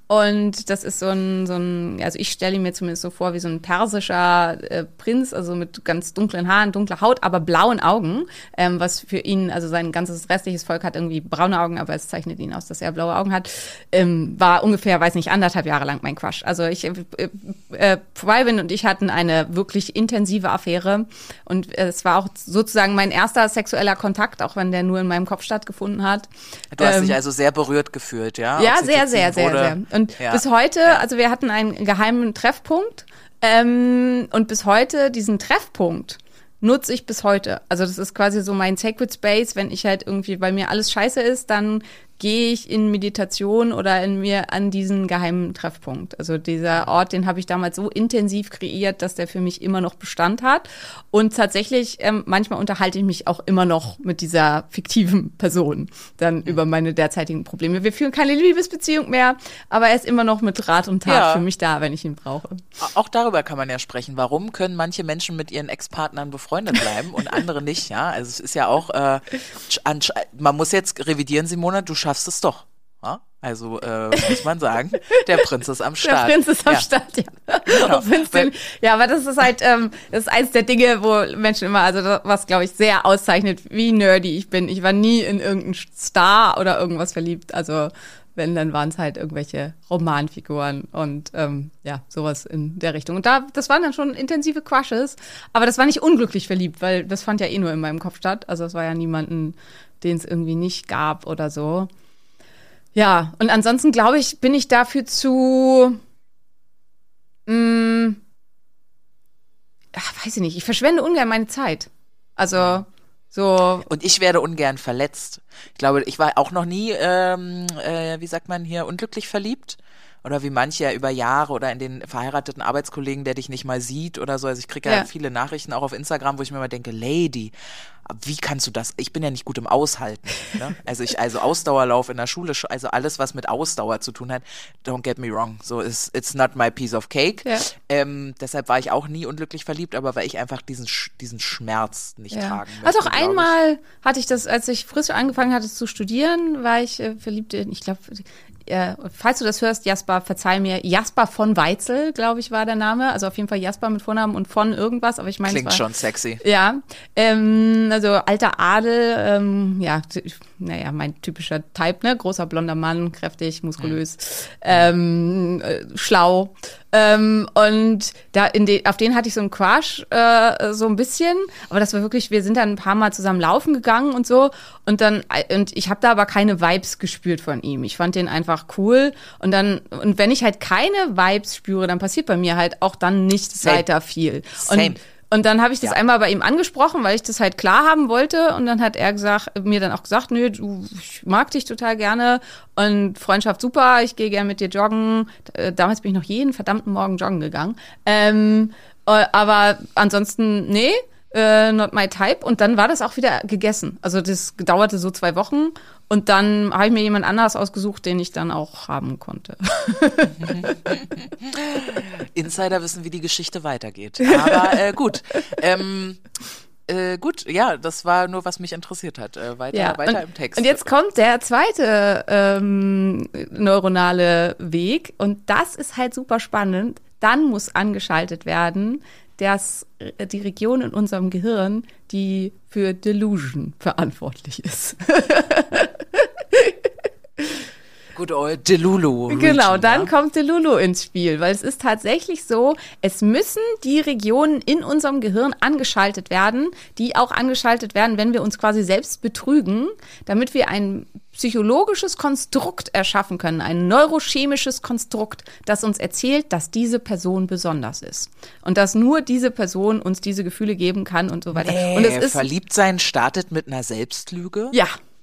Und das ist so ein, so ein, also ich stelle mir zumindest so vor, wie so ein persischer äh, Prinz, also mit ganz dunklen Haaren, dunkler Haut, aber blauen Augen, ähm, was für ihn, also sein ganzes restliches Volk hat irgendwie braune Augen, aber es zeichnet ihn aus, dass er blaue Augen hat, ähm, war ungefähr, weiß nicht, anderthalb Jahre lang mein Crush. Also ich, äh, äh, Privin und ich hatten eine wirklich intensive Affäre und äh, es war auch sozusagen mein erster sexueller Kontakt, auch wenn der nur in meinem Kopf stattgefunden hat. du hast Ähm, dich also sehr berührt gefühlt, ja? ja, sehr, Oxytocin sehr, sehr, wurde- sehr. Und Ja. bis heute, also wir hatten einen geheimen Treffpunkt ähm, und bis heute diesen Treffpunkt nutze ich bis heute. Also das ist quasi so mein Sacred Space, wenn ich halt irgendwie, bei mir alles scheiße ist, dann gehe ich in Meditation oder in mir an diesen geheimen Treffpunkt. Also dieser Ort, den habe ich damals so intensiv kreiert, dass der für mich immer noch Bestand hat. Und tatsächlich, ähm, manchmal unterhalte ich mich auch immer noch mit dieser fiktiven Person dann über meine derzeitigen Probleme. Wir führen keine Liebesbeziehung mehr, aber er ist immer noch mit Rat und Tat Ja. für mich da, wenn ich ihn brauche. Auch darüber kann man ja sprechen. Warum können manche Menschen mit ihren Ex-Partnern befreundet bleiben und andere nicht? Ja, also es ist ja auch, äh, ansch- man muss jetzt revidieren, Simone, du schaffst es doch. Ja? Also äh, muss man sagen, der Prinz ist am Der Start. Prinz ist am ja. Start, ja. Genau. Auch wenn's den, ja, aber das ist halt, ähm, das ist eins der Dinge, wo Menschen immer, also das, was glaube ich sehr auszeichnet, wie nerdy ich bin. Ich war nie in irgendeinen Star oder irgendwas verliebt. Also wenn, dann waren es halt irgendwelche Romanfiguren und ähm, ja, sowas in der Richtung. Und da, das waren dann schon intensive Crushes, aber das war nicht unglücklich verliebt, weil das fand ja eh nur in meinem Kopf statt. Also es war ja niemanden, den es irgendwie nicht gab oder so. Ja, und ansonsten glaube ich, bin ich dafür zu, mh, ach, weiß ich nicht, ich verschwende ungern meine Zeit. Also so, Und ich werde ungern verletzt. Ich glaube, ich war auch noch nie, ähm, äh, wie sagt man hier, unglücklich verliebt. Oder wie manche ja über Jahre oder in den verheirateten Arbeitskollegen, der dich nicht mal sieht oder so. Also ich kriege ja, Ja. viele Nachrichten auch auf Instagram, wo ich mir immer denke, Lady, wie kannst du das? Ich bin ja nicht gut im Aushalten. Ne? Also ich, also Ausdauerlauf in der Schule, also alles, was mit Ausdauer zu tun hat, don't get me wrong. So it's, it's not my piece of cake. Ja. Ähm, deshalb war ich auch nie unglücklich verliebt, aber weil ich einfach diesen, Sch- diesen Schmerz nicht ja. tragen möchte. Also auch glaub ich. einmal hatte ich das, als ich frisch angefangen hatte zu studieren, war ich äh, verliebt in, ich glaube, äh, falls du das hörst, Jasper, verzeih mir, Jasper von Weitzel, glaube ich, war der Name. Also auf jeden Fall Jasper mit Vornamen und von irgendwas, aber ich meine, es Klingt war, schon sexy. Ja, ähm, ne, so alter Adel, ähm, ja, t- naja, mein typischer Type, ne, großer blonder Mann, kräftig, muskulös, ähm, äh, schlau. Ähm, und da in de, auf den hatte ich so einen Crush, äh, so ein bisschen, aber das war wirklich, wir sind dann ein paar Mal zusammen laufen gegangen und so und dann, und ich habe da aber keine Vibes gespürt von ihm. Ich fand den einfach cool und dann, und wenn ich halt keine Vibes spüre, dann passiert bei mir halt auch dann nicht Same. weiter viel. Same. Und Und dann habe ich das Ja. einmal bei ihm angesprochen, weil ich das halt klar haben wollte. Und dann hat er gesagt, mir dann auch gesagt, nö, du, ich mag dich total gerne und Freundschaft super, ich gehe gerne mit dir joggen. Äh, Damals bin ich noch jeden verdammten Morgen joggen gegangen. Ähm, äh, aber ansonsten, nee, äh, not my type. Und dann war das auch wieder gegessen. Also das dauerte so zwei Wochen. Und dann habe ich mir jemand anderes ausgesucht, den ich dann auch haben konnte. Insider wissen, wie die Geschichte weitergeht. Aber äh, gut. Ähm, äh, gut, ja, das war nur, was mich interessiert hat. Äh, weiter Ja, weiter und, im Text. Und jetzt kommt der zweite ähm, neuronale Weg. Und das ist halt super spannend. Dann muss angeschaltet werden, dass äh, die Region in unserem Gehirn, die für Delusion verantwortlich ist. Good old Delulu. Genau, Region, dann ja? kommt Delulu ins Spiel, weil es ist tatsächlich so, es müssen die Regionen in unserem Gehirn angeschaltet werden, die auch angeschaltet werden, wenn wir uns quasi selbst betrügen, damit wir ein psychologisches Konstrukt erschaffen können, ein neurochemisches Konstrukt, das uns erzählt, dass diese Person besonders ist und dass nur diese Person uns diese Gefühle geben kann und so weiter. Nee, und es ist verliebt sein startet mit einer Selbstlüge? ja.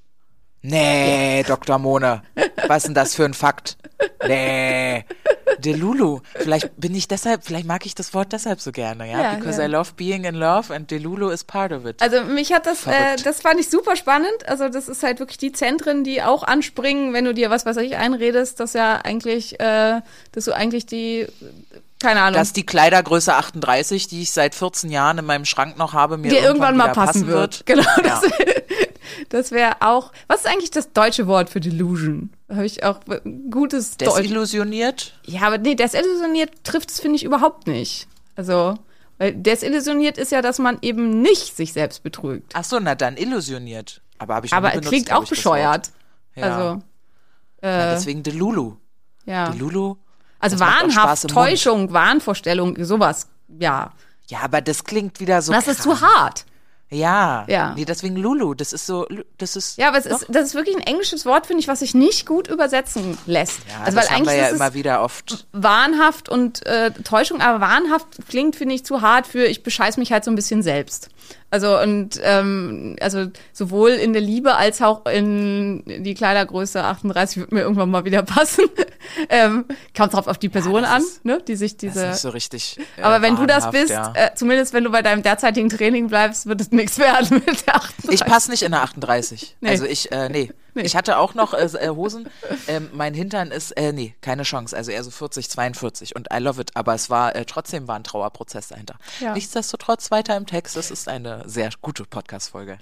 Nee, Doktor Mone. Was ist denn das für ein Fakt? Nee. Delulu. Vielleicht bin ich deshalb, vielleicht mag ich das Wort deshalb so gerne, ja? Ja, Because ja. I love being in love and Delulu is part of it. Also mich hat das, äh, Verrückt. das fand ich super spannend. Also das ist halt wirklich die Zentren, die auch anspringen, wenn du dir was weiß ich einredest, dass ja eigentlich, äh, dass du eigentlich die, keine Ahnung, Dass die Kleidergröße achtunddreißig, die ich seit vierzehn Jahren in meinem Schrank noch habe, mir dir irgendwann, irgendwann mal wieder passen wird. Genau, Ja. das, das wäre auch. Was ist eigentlich das deutsche Wort für Delusion? Da habe ich auch ein gutes Deutsch. Desillusioniert? Ja, aber nee, desillusioniert trifft es, finde ich, überhaupt nicht. Also, weil desillusioniert ist ja, dass man eben nicht sich selbst betrügt. Ach so, na dann illusioniert. Aber habe ich noch Aber nie es benutzt, klingt glaub auch ich, das bescheuert. Wort. Ja. Also, ja, äh, deswegen Delulu. ja. Delulu. Also das macht auch wahnhaft, Spaß im Mund. Täuschung, Wahnvorstellung, sowas, ja. Ja, aber das klingt wieder so das ist krank. zu hart. Ja. Ja. Nee, deswegen Lulu. Das ist so, das ist. Ja, aber es Doch. ist, das ist wirklich ein englisches Wort, finde ich, was sich nicht gut übersetzen lässt. Ja, also, das weil haben eigentlich wir ja ist es immer wieder oft. wahnhaft und äh, Täuschung, aber wahnhaft klingt, finde ich, zu hart für, ich bescheiß mich halt so ein bisschen selbst. Also und ähm, also sowohl in der Liebe als auch in die Kleidergröße achtunddreißig wird mir irgendwann mal wieder passen. ähm, kommt drauf auf die Person das an, ist- ne, die sich Das ist diese. nicht so richtig. Äh, aber wenn du das wahnhaft, bist, ja. äh, zumindest wenn du bei deinem derzeitigen Training bleibst, wird es nichts werden mit der achtunddreißig. Ich passe nicht in der achtunddreißig. Nee. Also ich, äh, nee. Nee. Ich hatte auch noch äh, äh, Hosen. Ähm, mein Hintern ist, äh, nee, keine Chance. Also eher so vierzig, zweiundvierzig. Und I love it. Aber es war, äh, trotzdem war ein Trauerprozess dahinter. Ja. Nichtsdestotrotz weiter im Text. Das ist eine sehr gute Podcast-Folge.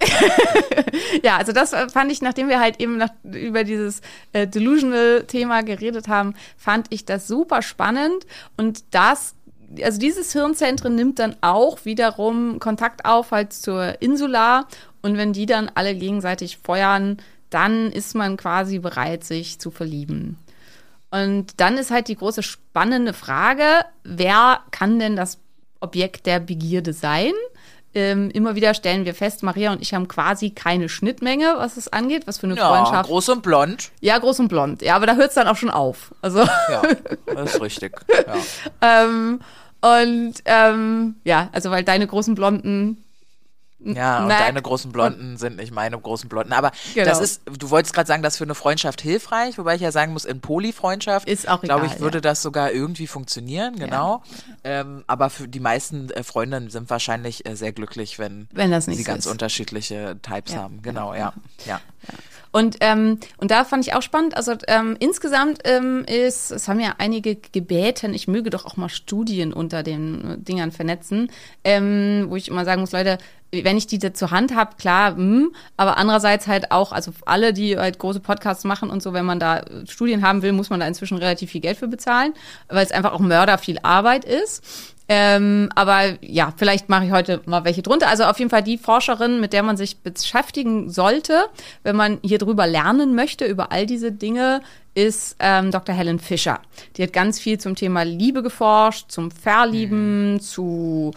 Ja, also das äh, fand ich, nachdem wir halt eben nach, über dieses äh, Delusional-Thema geredet haben, fand ich das super spannend und das, also dieses Hirnzentrum nimmt dann auch wiederum Kontakt auf halt zur Insula und wenn die dann alle gegenseitig feuern, dann ist man quasi bereit, sich zu verlieben. Und dann ist halt die große spannende Frage, wer kann denn das Objekt der Begierde sein? Ähm, immer wieder stellen wir fest, Maria und ich haben quasi keine Schnittmenge, was es angeht, was für eine Ja, Freundschaft. groß und blond. Ja, groß und blond. Ja, aber da hört es dann auch schon auf. Also Ja, das ist richtig. Ja. ähm, und ähm, ja, also weil deine großen blonden Ja, und Mac deine großen Blonden sind nicht meine großen Blonden. Aber Genau. das ist, du wolltest gerade sagen, das ist für eine Freundschaft hilfreich, wobei ich ja sagen muss, in Polyfreundschaft, Ist auch glaube egal, ich, würde ja. das sogar irgendwie funktionieren, genau. Ähm, aber für die meisten äh, Freundinnen sind wahrscheinlich äh, sehr glücklich, wenn, Wenn das nicht sie so ganz ist. unterschiedliche Types Ja, haben. Genau, ja. ja. Und, ähm, und da fand ich auch spannend, also ähm, insgesamt ähm, ist, es haben ja einige gebeten, ich möge doch auch mal Studien unter den äh, Dingern vernetzen, ähm, wo ich immer sagen muss, Leute, wenn ich die da zur Hand habe, klar, mh, aber andererseits halt auch, also alle, die halt große Podcasts machen und so, wenn man da äh, Studien haben will, muss man da inzwischen relativ viel Geld für bezahlen, weil es einfach auch Mörder viel Arbeit ist. Ähm, aber ja, vielleicht mache ich heute mal welche drunter. Also auf jeden Fall die Forscherin, mit der man sich beschäftigen sollte, wenn man hier drüber lernen möchte, über all diese Dinge, ist ähm, Doktor Helen Fisher. Die hat ganz viel zum Thema Liebe geforscht, zum Verlieben, mhm. zu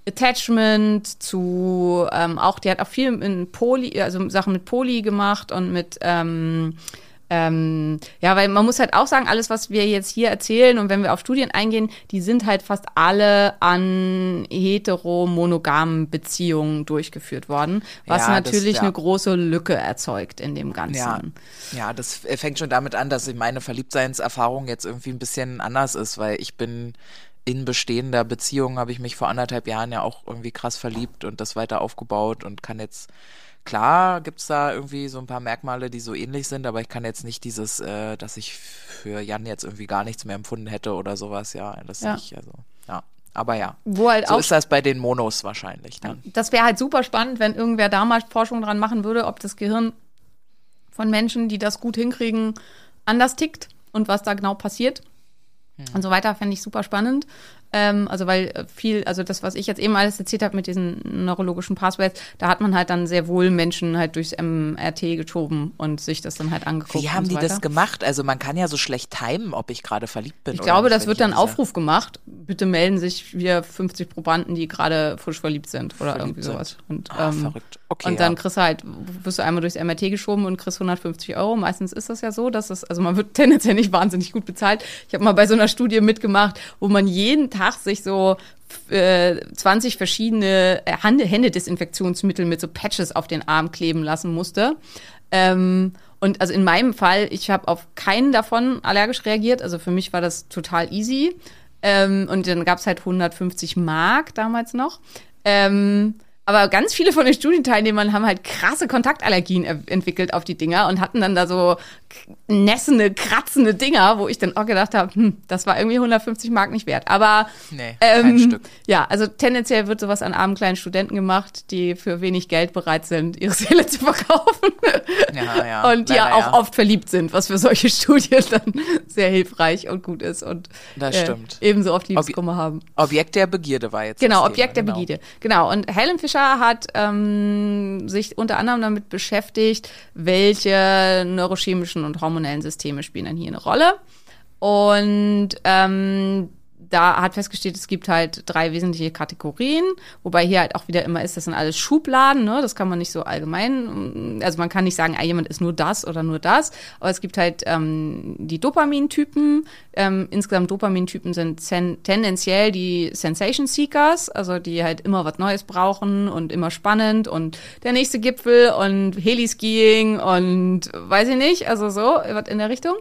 Attachment, zu ähm, auch, die hat auch viel in Poly, also Sachen mit Poly gemacht und mit ähm, Ähm, ja, weil man muss halt auch sagen, alles, was wir jetzt hier erzählen und wenn wir auf Studien eingehen, die sind halt fast alle an hetero-monogamen Beziehungen durchgeführt worden, was ja, natürlich das, ja. eine große Lücke erzeugt in dem Ganzen. Ja, ja, das fängt schon damit an, dass meine Verliebtseinserfahrung jetzt irgendwie ein bisschen anders ist, weil ich bin in bestehender Beziehung, habe ich mich vor anderthalb Jahren ja auch irgendwie krass verliebt und das weiter aufgebaut und kann jetzt Klar gibt's da irgendwie so ein paar Merkmale, die so ähnlich sind, aber ich kann jetzt nicht dieses, äh, dass ich für Jan jetzt irgendwie gar nichts mehr empfunden hätte oder sowas, ja, das ja. nicht, also, ja. Aber ja, Wo halt so auch ist das bei den Monos wahrscheinlich dann. Das wäre halt super spannend, wenn irgendwer da mal Forschung dran machen würde, ob das Gehirn von Menschen, die das gut hinkriegen, anders tickt und was da genau passiert. Hm. Und so weiter, fände ich super spannend. Ähm, also weil viel, also das, was ich jetzt eben alles erzählt habe mit diesen neurologischen Pathways, da hat man halt dann sehr wohl Menschen halt durchs M R T geschoben und sich das dann halt angeguckt. Wie haben und so die weiter. das gemacht? Also man kann ja so schlecht timen, ob ich gerade verliebt bin Ich oder glaube, nicht, das wird dann Aufruf gemacht. Bitte melden sich wir fünfzig Probanden, die gerade frisch verliebt sind oder verliebt irgendwie sowas. Und, ah, ähm, verrückt. Okay, und dann ja. kriegst du halt, wirst du einmal durchs M R T geschoben und kriegst hundertfünfzig Euro. Meistens ist das ja so, dass es, also man wird tendenziell nicht wahnsinnig gut bezahlt. Ich habe mal bei so einer Studie mitgemacht, wo man jeden Tag sich so äh, zwanzig verschiedene Händedesinfektionsmittel mit so Patches auf den Arm kleben lassen musste. Ähm, und also in meinem Fall, ich habe auf keinen davon allergisch reagiert. Also für mich war das total easy. Ähm, und dann gab's halt hundertfünfzig Mark damals noch. Ähm, aber ganz viele von den Studienteilnehmern haben halt krasse Kontaktallergien e- entwickelt auf die Dinger und hatten dann da so k- nässende, kratzende Dinger, wo ich dann auch gedacht habe, hm, das war irgendwie hundertfünfzig Mark nicht wert. Aber Nee, ähm, kein Stück. ja, also tendenziell wird sowas an armen kleinen Studenten gemacht, die für wenig Geld bereit sind, ihre Seele zu verkaufen. Ja, ja. Und die Leider, ja auch ja. oft verliebt sind, was für solche Studien dann sehr hilfreich und gut ist und Das äh, stimmt. ebenso oft Liebeskummer haben. Objekt der Begierde war jetzt Genau, das Objekt der Thema, Begierde. Genau. Und Helen Fisher hat ähm, sich unter anderem damit beschäftigt, welche neurochemischen und hormonellen Systeme spielen dann hier eine Rolle. Und ähm, da hat festgestellt, es gibt halt drei wesentliche Kategorien, wobei hier halt auch wieder immer ist, das sind alles Schubladen, ne? Das kann man nicht so allgemein, also man kann nicht sagen, ah, jemand ist nur das oder nur das, aber es gibt halt ähm, die Dopamintypen. Ähm, insgesamt Dopamintypen sind zen- tendenziell die Sensation Seekers, also die halt immer was Neues brauchen und immer spannend und der nächste Gipfel und Heliskiing und weiß ich nicht, also so, was in der Richtung.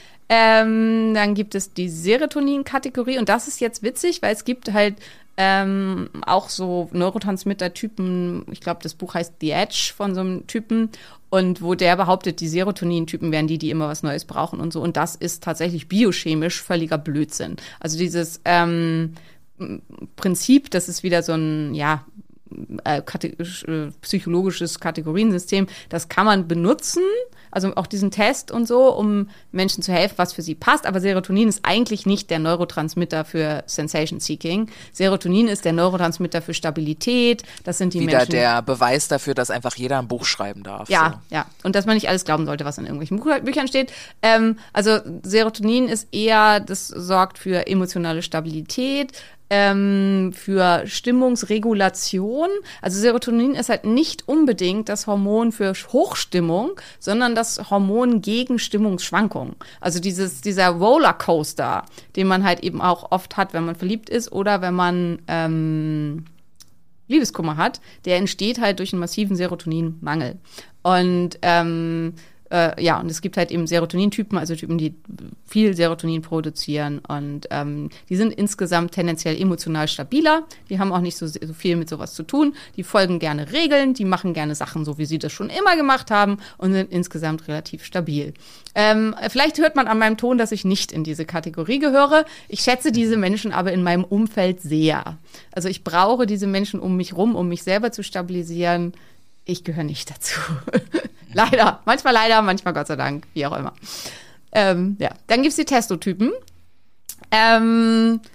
Ähm, dann gibt es die Serotonin-Kategorie und das ist jetzt witzig, weil es gibt halt ähm, auch so Neurotransmitter-Typen, ich glaube, das Buch heißt The Edge von so einem Typen und wo der behauptet, die Serotonin-Typen wären die, die immer was Neues brauchen und so und das ist tatsächlich biochemisch völliger Blödsinn. Also dieses ähm, Prinzip, das ist wieder so ein, ja, äh, kate- psychologisches Kategoriensystem, das kann man benutzen, also auch diesen Test und so, um Menschen zu helfen, was für sie passt. Aber Serotonin ist eigentlich nicht der Neurotransmitter für Sensation Seeking. Serotonin ist der Neurotransmitter für Stabilität. Das sind die Wieder Menschen. der Beweis dafür, dass einfach jeder ein Buch schreiben darf. Ja, ja. Und dass man nicht alles glauben sollte, was in irgendwelchen Buch- Büchern steht. Ähm, also Serotonin ist eher, das sorgt für emotionale Stabilität, ähm, für Stimmungsregulation. Also Serotonin ist halt nicht unbedingt das Hormon für Hochstimmung, sondern das Hormon gegen Stimmungsschwankungen. Also dieses, dieser Rollercoaster, den man halt eben auch oft hat, wenn man verliebt ist oder wenn man ähm, Liebeskummer hat, der entsteht halt durch einen massiven Serotoninmangel. Und ähm, Äh, ja, und es gibt halt eben Serotonintypen, also Typen, die viel Serotonin produzieren und ähm, die sind insgesamt tendenziell emotional stabiler, die haben auch nicht so, so viel mit sowas zu tun, die folgen gerne Regeln, die machen gerne Sachen so, wie sie das schon immer gemacht haben und sind insgesamt relativ stabil. Ähm, vielleicht hört man an meinem Ton, dass ich nicht in diese Kategorie gehöre. Ich schätze diese Menschen aber in meinem Umfeld sehr. Also ich brauche diese Menschen um mich rum, um mich selber zu stabilisieren. Ich gehöre nicht dazu. Leider. Manchmal leider, manchmal Gott sei Dank. Wie auch immer. Ähm, ja. Dann gibt's die Testotypen. Ähm,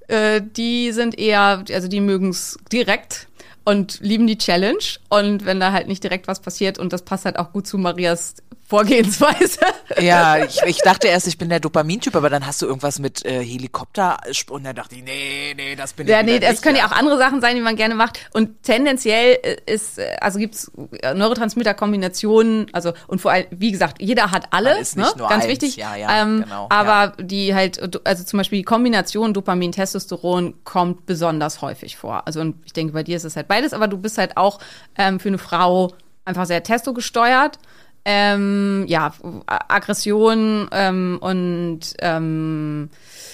äh, die sind eher, also die mögen's direkt und lieben die Challenge. Und wenn da halt nicht direkt was passiert, und das passt halt auch gut zu Marias Vorgehensweise. Ja, ich, ich dachte erst, ich bin der Dopamintyp, aber dann hast du irgendwas mit äh, Helikopter und dann dachte ich, nee, nee, das bin ich ja, wieder nee, das nicht. können ja auch andere Sachen sein, die man gerne macht. Und tendenziell ist, also gibt's Neurotransmitter-Kombinationen, also und vor allem, wie gesagt, jeder hat alle, Man ist nicht ne? nur Ganz eins. wichtig. Ja, ja, ähm, genau, aber ja. die halt, also zum Beispiel die Kombination Dopamin-Testosteron kommt besonders häufig vor. Also und ich denke, bei dir ist es halt beides, aber du bist halt auch ähm, für eine Frau einfach sehr testo gesteuert. Ähm, ja, Aggression ähm, und ähm,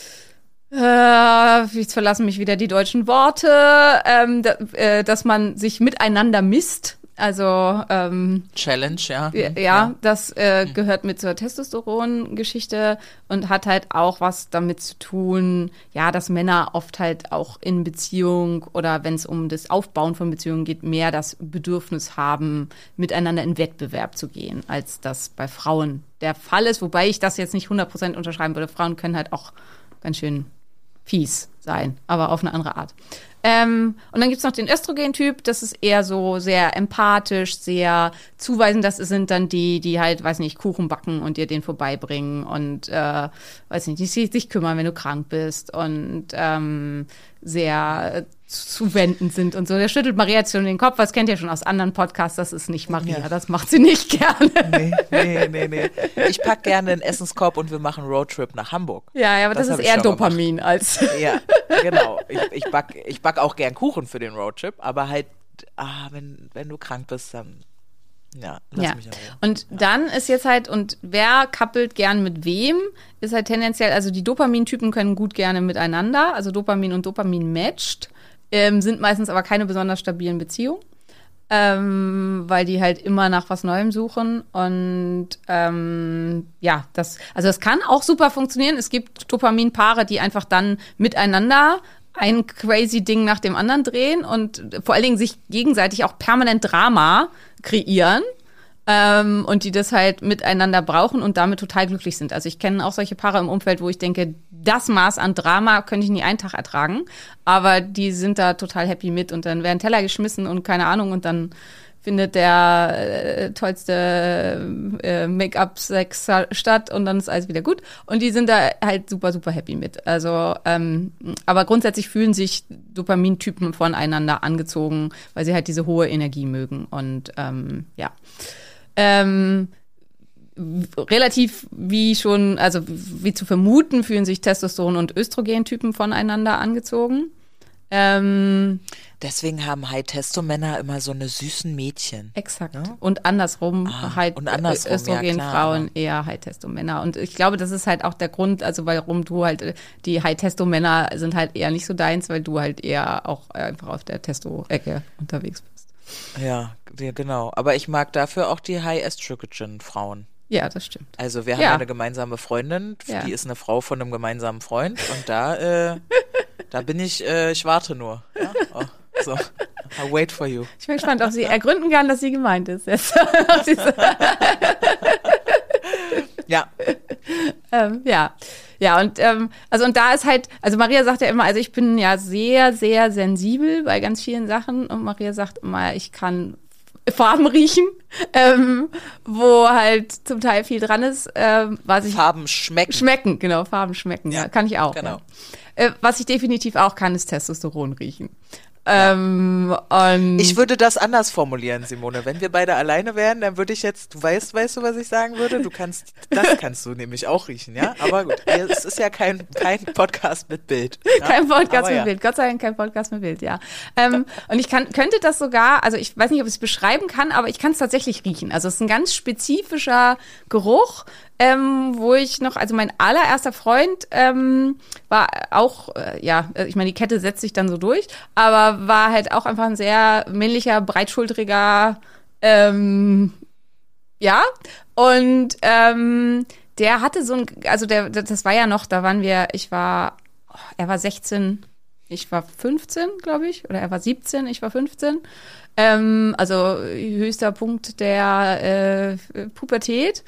äh, jetzt verlassen mich wieder die deutschen Worte, ähm, da, äh, dass man sich miteinander misst. Also ähm, Challenge, ja. Ja, ja, das äh, gehört mit zur Testosteron-Geschichte und hat halt auch was damit zu tun, ja, dass Männer oft halt auch in Beziehung oder wenn es um das Aufbauen von Beziehungen geht, mehr das Bedürfnis haben, miteinander in Wettbewerb zu gehen, als das bei Frauen der Fall ist. Wobei ich das jetzt nicht hundert Prozent unterschreiben würde. Frauen können halt auch ganz schön fies sein, aber auf eine andere Art. Ähm, und dann gibt's noch den Östrogen-Typ, das ist eher so sehr empathisch, sehr zuweisend. Das sind dann die, die halt, weiß nicht, Kuchen backen und dir den vorbeibringen und, äh, weiß nicht, die sich kümmern, wenn du krank bist und ähm, sehr zuwendend sind und so. Der schüttelt Maria jetzt schon den Kopf, das kennt ihr schon aus anderen Podcasts, das ist nicht Maria, Ja. das macht sie nicht gerne. Nee, nee, nee, nee. Ich pack gerne einen Essenskorb und wir machen Roadtrip nach Hamburg. Ja, ja, aber das, Das ist hab ich eher schon Dopamin als... Ja, genau. Ich, ich back, ich back auch gern Kuchen für den Roadtrip, aber halt, ah, wenn, wenn du krank bist, dann, ja, lass Ja, mich in Ruhe. und dann ist jetzt halt, und wer kappelt gern mit wem, ist halt tendenziell, also die Dopamintypen können gut gerne miteinander, also Dopamin und Dopamin matcht, ähm, sind meistens aber keine besonders stabilen Beziehungen, ähm, weil die halt immer nach was Neuem suchen und ähm, ja, das, also das kann auch super funktionieren. Es gibt Dopaminpaare, die einfach dann miteinander ein crazy Ding nach dem anderen drehen und vor allen Dingen sich gegenseitig auch permanent Drama kreieren ähm, und die das halt miteinander brauchen und damit total glücklich sind. Also ich kenne auch solche Paare im Umfeld, wo ich denke, das Maß an Drama könnte ich nie einen Tag ertragen, aber die sind da total happy mit und dann werden Teller geschmissen und keine Ahnung und dann findet der äh, tollste äh, Make-up-Sex statt und dann ist alles wieder gut. Und die sind da halt super, super happy mit. Also, ähm, aber grundsätzlich fühlen sich Dopamintypen voneinander angezogen, weil sie halt diese hohe Energie mögen. Und ähm, ja. Ähm, relativ wie schon, also wie zu vermuten, fühlen sich Testosteron- und Östrogentypen voneinander angezogen. Ähm, Deswegen haben High-Testo-Männer immer so eine süßen Mädchen. Exakt. Ja? Und andersrum Ah, halt und andersrum, Östrogenfrauen ja, klar, eher High-Testo-Männer. Und ich glaube, das ist halt auch der Grund, also warum du halt, äh, die High-Testo-Männer sind halt eher nicht so deins, weil du halt eher auch einfach auf der Testo-Ecke unterwegs bist. Ja, ja, genau. Aber ich mag dafür auch die High-Estrogen-Frauen. Ja, das stimmt. Also wir haben Ja. ja eine gemeinsame Freundin, Ja. die ist eine Frau von einem gemeinsamen Freund und da, äh, da bin ich, äh, ich warte nur. Ja? Oh, so, I wait for you. Ich bin gespannt, ob sie ergründen kann, dass sie gemeint ist. Jetzt. Ja, ähm, ja. Ja, und ähm, also und da ist halt, also Maria sagt ja immer, also ich bin ja sehr, sehr sensibel bei ganz vielen Sachen und Maria sagt immer, ich kann Farben riechen, ähm, wo halt zum Teil viel dran ist, ähm, was ich Farben schmecken. schmecken, genau, Farben schmecken, ja, Ja, kann ich auch. genau. Ja. Äh, was ich definitiv auch kann, ist Testosteron riechen. Ähm, und Ich würde das anders formulieren, Simone. Wenn wir beide alleine wären, dann würde ich jetzt, du weißt, weißt du, was ich sagen würde? Du kannst, das kannst du nämlich auch riechen, ja? Aber gut, es ist ja kein, kein Podcast mit Bild. Ja? Kein Podcast Aber mit ja. Bild, Gott sei Dank kein Podcast mit Bild, ja. Ähm, und ich kann, könnte das sogar, also ich weiß nicht, ob ich es beschreiben kann, aber ich kann es tatsächlich riechen. Also es ist ein ganz spezifischer Geruch, ähm, wo ich noch, also mein allererster Freund ähm, war auch, äh, ja, ich meine, die Kette setzt sich dann so durch, aber war halt auch einfach ein sehr männlicher, breitschultriger, ähm, ja, und ähm, der hatte so ein, also der, das war ja noch, da waren wir, ich war, oh, er war sechzehn, ich war fünfzehn, glaube ich, oder er war siebzehn, ich war fünfzehn. Ähm, also höchster Punkt der äh, Pubertät.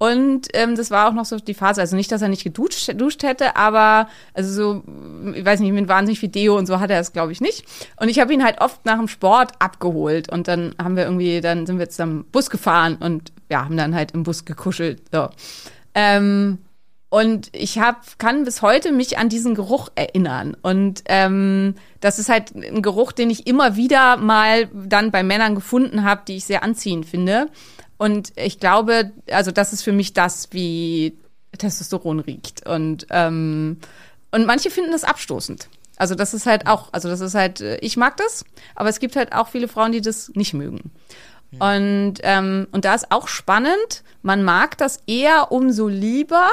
Und ähm, das war auch noch so die Phase, also nicht, dass er nicht geduscht geduscht hätte, aber also so, ich weiß nicht, mit wahnsinnig viel Deo und so hat er es, glaube ich, nicht. Und ich habe ihn halt oft nach dem Sport abgeholt und dann haben wir irgendwie, dann sind wir zusammen Bus gefahren und ja, haben dann halt im Bus gekuschelt. So. Ähm, und ich hab, kann bis heute mich an diesen Geruch erinnern. Und ähm, das ist halt ein Geruch, den ich immer wieder mal dann bei Männern gefunden habe, die ich sehr anziehend finde. Und ich glaube, also das ist für mich das, wie Testosteron riecht. Und ähm, und manche finden das abstoßend. Also das ist halt auch, also das ist halt, ich mag das, aber es gibt halt auch viele Frauen, die das nicht mögen. Mhm. Und ähm, und da ist auch spannend, man mag das eher umso lieber,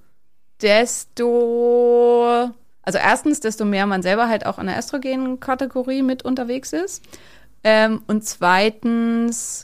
desto, also erstens, desto mehr man selber halt auch in der Östrogen-Kategorie mit unterwegs ist. Ähm, und zweitens,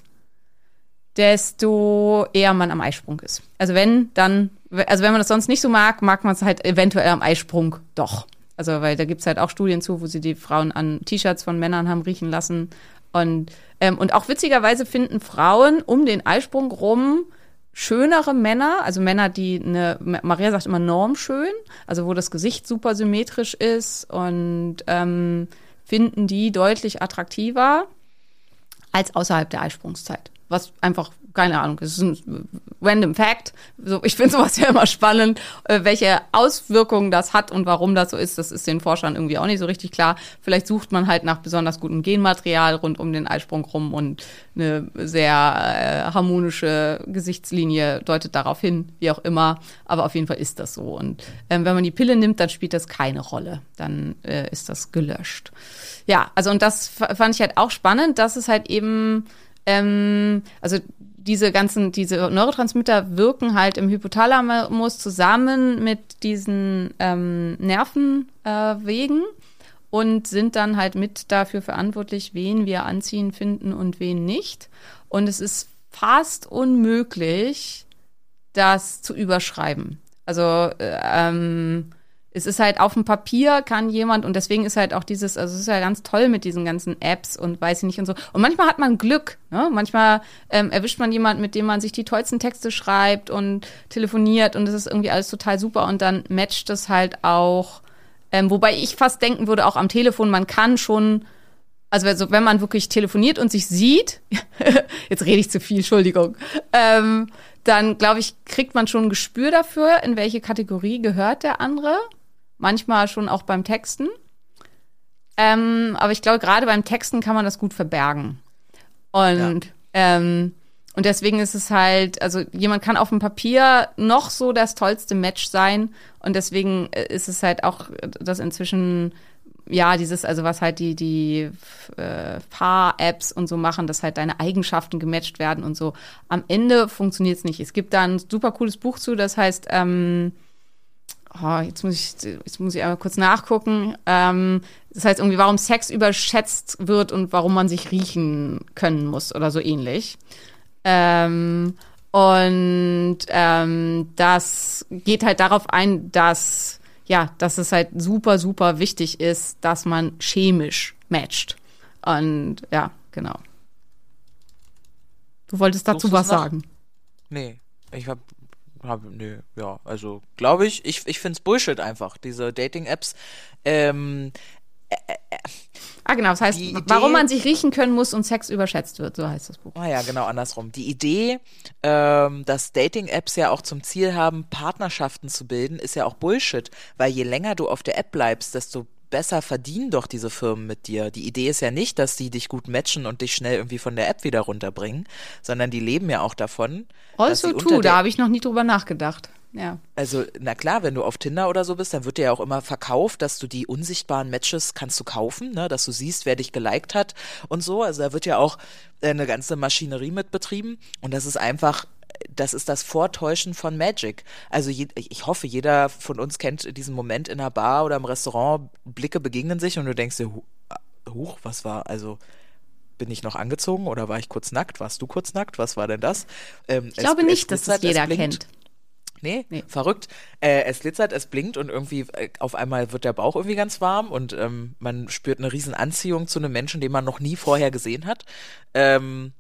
desto eher man am Eisprung ist. Also wenn, dann, also wenn man das sonst nicht so mag, mag man es halt eventuell am Eisprung doch. Also weil da gibt's halt auch Studien zu, wo sie die Frauen an T-Shirts von Männern haben riechen lassen. Und, ähm, und auch witzigerweise finden Frauen um den Eisprung rum schönere Männer, also Männer, die eine, Maria sagt immer normschön, also wo das Gesicht super symmetrisch ist und ähm, finden die deutlich attraktiver als außerhalb der Eisprungszeit. Was einfach, keine Ahnung, das ist ein random Fact. So, ich finde sowas ja immer spannend, äh, welche Auswirkungen das hat und warum das so ist. Das ist den Forschern irgendwie auch nicht so richtig klar. Vielleicht sucht man halt nach besonders gutem Genmaterial rund um den Eisprung rum und eine sehr äh, harmonische Gesichtslinie deutet darauf hin, wie auch immer. Aber auf jeden Fall ist das so. Und ähm, wenn man die Pille nimmt, dann spielt das keine Rolle. Dann äh, ist das gelöscht. Ja, also und das f- fand ich halt auch spannend, dass es halt eben Ähm, also diese ganzen, diese Neurotransmitter wirken halt im Hypothalamus zusammen mit diesen ähm, Nervenwegen äh, und sind dann halt mit dafür verantwortlich, wen wir anziehen finden und wen nicht. Und es ist fast unmöglich, das zu überschreiben. Also äh, ähm, es ist halt auf dem Papier kann jemand, und deswegen ist halt auch dieses, also es ist ja ganz toll mit diesen ganzen Apps und weiß ich nicht und so. Und manchmal hat man Glück, ne? Manchmal ähm, erwischt man jemanden, mit dem man sich die tollsten Texte schreibt und telefoniert und es ist irgendwie alles total super und dann matcht es halt auch, ähm, wobei ich fast denken würde, auch am Telefon, man kann schon, also wenn man wirklich telefoniert und sich sieht, jetzt rede ich zu viel, Entschuldigung, ähm, dann glaube ich, kriegt man schon ein Gespür dafür, in welche Kategorie gehört der andere. Manchmal schon auch beim Texten. Ähm, aber ich glaube, gerade beim Texten kann man das gut verbergen. Und, ja. ähm, und deswegen ist es halt, also jemand kann auf dem Papier noch so das tollste Match sein. Und deswegen ist es halt auch das inzwischen, ja, dieses, also was halt die, die äh, Paar-Apps und so machen, dass halt deine Eigenschaften gematcht werden und so. Am Ende funktioniert es nicht. Es gibt da ein super cooles Buch zu, das heißt, ähm, Oh, jetzt muss ich, jetzt muss ich einmal kurz nachgucken. Ähm, das heißt irgendwie, warum Sex überschätzt wird und warum man sich riechen können muss oder so ähnlich. Ähm, und ähm, das geht halt darauf ein, dass ja, dass es halt super, super wichtig ist, dass man chemisch matcht. Und ja, genau. Du wolltest dazu was sagen? Nee, ich hab Hab, nö, ja, also glaube ich, ich, ich finde es Bullshit einfach, diese Dating-Apps. Ähm, äh, äh, ah, genau, das heißt, Idee, warum man sich riechen können muss und Sex überschätzt wird, so heißt das Buch. Ah ja, genau, andersrum. Die Idee, ähm, dass Dating-Apps ja auch zum Ziel haben, Partnerschaften zu bilden, ist ja auch Bullshit, weil je länger du auf der App bleibst, desto besser verdienen doch diese Firmen mit dir. Die Idee ist ja nicht, dass die dich gut matchen und dich schnell irgendwie von der App wieder runterbringen, sondern die leben ja auch davon. Also tu, da habe ich noch nie drüber nachgedacht. Ja. Also, na klar, wenn du auf Tinder oder so bist, dann wird dir ja auch immer verkauft, dass du die unsichtbaren Matches kannst du kaufen, ne, dass du siehst, wer dich geliked hat und so. Also da wird ja auch eine ganze Maschinerie mit betrieben und das ist einfach, das ist das Vortäuschen von Magic. Also je, ich hoffe, jeder von uns kennt diesen Moment in einer Bar oder im Restaurant, Blicke begegnen sich und du denkst dir, huch, was war, also bin ich noch angezogen oder war ich kurz nackt? Warst du kurz nackt? Was war denn das? Ähm, ich glaube es, nicht, es dass das jeder kennt. Nee, nee, verrückt. Äh, es glitzert, es blinkt und irgendwie äh, auf einmal wird der Bauch irgendwie ganz warm und ähm, man spürt eine riesen Anziehung zu einem Menschen, den man noch nie vorher gesehen hat. Ähm,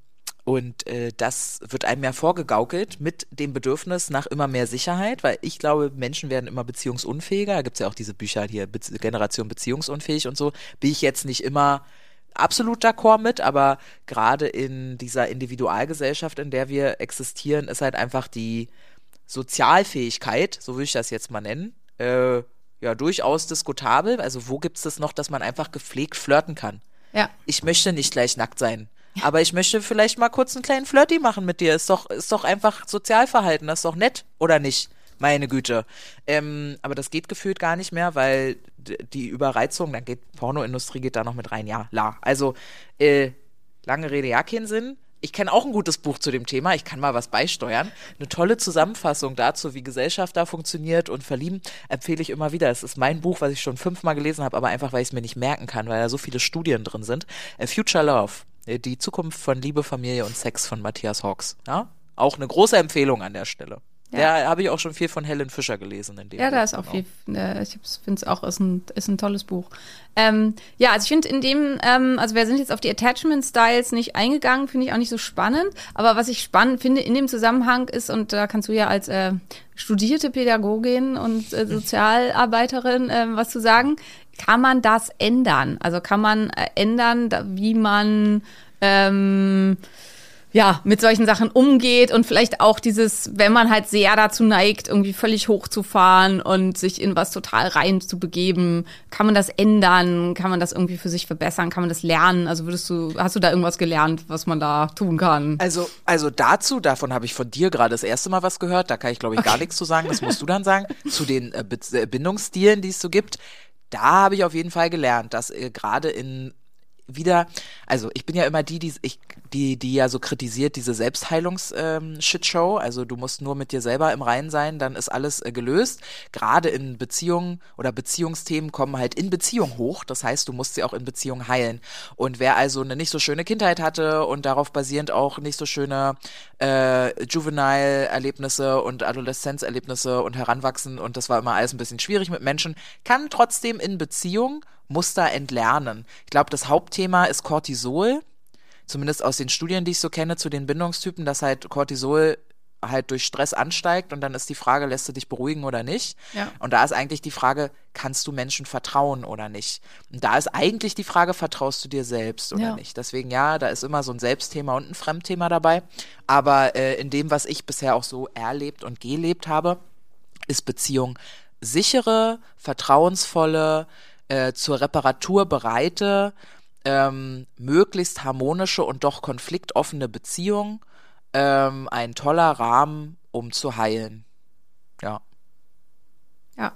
Und äh, das wird einem ja vorgegaukelt mit dem Bedürfnis nach immer mehr Sicherheit, weil ich glaube, Menschen werden immer beziehungsunfähiger. Da gibt's ja auch diese Bücher hier, Be- Generation beziehungsunfähig und so. Bin ich jetzt nicht immer absolut d'accord mit, aber gerade in dieser Individualgesellschaft, in der wir existieren, ist halt einfach die Sozialfähigkeit, so würde ich das jetzt mal nennen, äh, ja, durchaus diskutabel. Also wo gibt's das noch, dass man einfach gepflegt flirten kann? Ja. Ich möchte nicht gleich nackt sein. Aber ich möchte vielleicht mal kurz einen kleinen Flirty machen mit dir. Ist doch, ist doch einfach Sozialverhalten, das ist doch nett, oder nicht? Meine Güte. Ähm, aber das geht gefühlt gar nicht mehr, weil d- die Überreizung, dann geht, Pornoindustrie geht da noch mit rein, ja, la. Also, äh, lange Rede, ja, keinen Sinn. Ich kenne auch ein gutes Buch zu dem Thema, ich kann mal was beisteuern. Eine tolle Zusammenfassung dazu, wie Gesellschaft da funktioniert und Verlieben, empfehle ich immer wieder. Es ist mein Buch, was ich schon fünfmal gelesen habe, aber einfach, weil ich es mir nicht merken kann, weil da so viele Studien drin sind. A Future Love. Die Zukunft von Liebe, Familie und Sex von Matthias Hawkes. Ja? Auch eine große Empfehlung an der Stelle. Ja. Da habe ich auch schon viel von Helen Fischer gelesen. In dem Ja, Buch, da ist auch genau. viel, äh, ich finde es auch, ist ein, ist ein tolles Buch. Ähm, ja, also ich finde in dem, ähm, also wir sind jetzt auf die Attachment-Styles nicht eingegangen, finde ich auch nicht so spannend, aber was ich spannend finde in dem Zusammenhang ist, und da kannst du ja als äh, studierte Pädagogin und äh, Sozialarbeiterin äh, was zu sagen, kann man das ändern? Also kann man äh, ändern, da, wie man ähm, ja, mit solchen Sachen umgeht und vielleicht auch dieses, wenn man halt sehr dazu neigt, irgendwie völlig hochzufahren und sich in was total rein zu begeben, kann man das ändern? Kann man das irgendwie für sich verbessern? Kann man das lernen? Also würdest du, hast du da irgendwas gelernt, was man da tun kann? Also, also dazu, davon habe ich von dir gerade das erste Mal was gehört, da kann ich, glaube ich, gar Okay. nichts zu sagen, das musst du dann sagen. Zu den äh, Be- äh, Bindungsstilen, die es so gibt, da habe ich auf jeden Fall gelernt, dass äh, gerade in wieder, also ich bin ja immer die, die ich, die, die ja so kritisiert, diese Selbstheilungs-Shitshow, also du musst nur mit dir selber im Reinen sein, dann ist alles äh, gelöst. Gerade in Beziehungen oder Beziehungsthemen kommen halt in Beziehung hoch, das heißt, du musst sie auch in Beziehung heilen. Und wer also eine nicht so schöne Kindheit hatte und darauf basierend auch nicht so schöne äh, Juvenile-Erlebnisse und Adoleszenzerlebnisse und Heranwachsen, und das war immer alles ein bisschen schwierig mit Menschen, kann trotzdem in Beziehung Muster entlernen. Ich glaube, das Hauptthema ist Cortisol, zumindest aus den Studien, die ich so kenne, zu den Bindungstypen, dass halt Cortisol halt durch Stress ansteigt und dann ist die Frage, lässt du dich beruhigen oder nicht? Ja. Und da ist eigentlich die Frage, kannst du Menschen vertrauen oder nicht? Und da ist eigentlich die Frage, vertraust du dir selbst oder Ja. nicht? Deswegen ja, da ist immer so ein Selbstthema und ein Fremdthema dabei. Aber äh, in dem, was ich bisher auch so erlebt und gelebt habe, ist Beziehung sichere, vertrauensvolle, äh, zur Reparatur bereite, ähm, möglichst harmonische und doch konfliktoffene Beziehung, ähm, ein toller Rahmen, um zu heilen. Ja. Ja.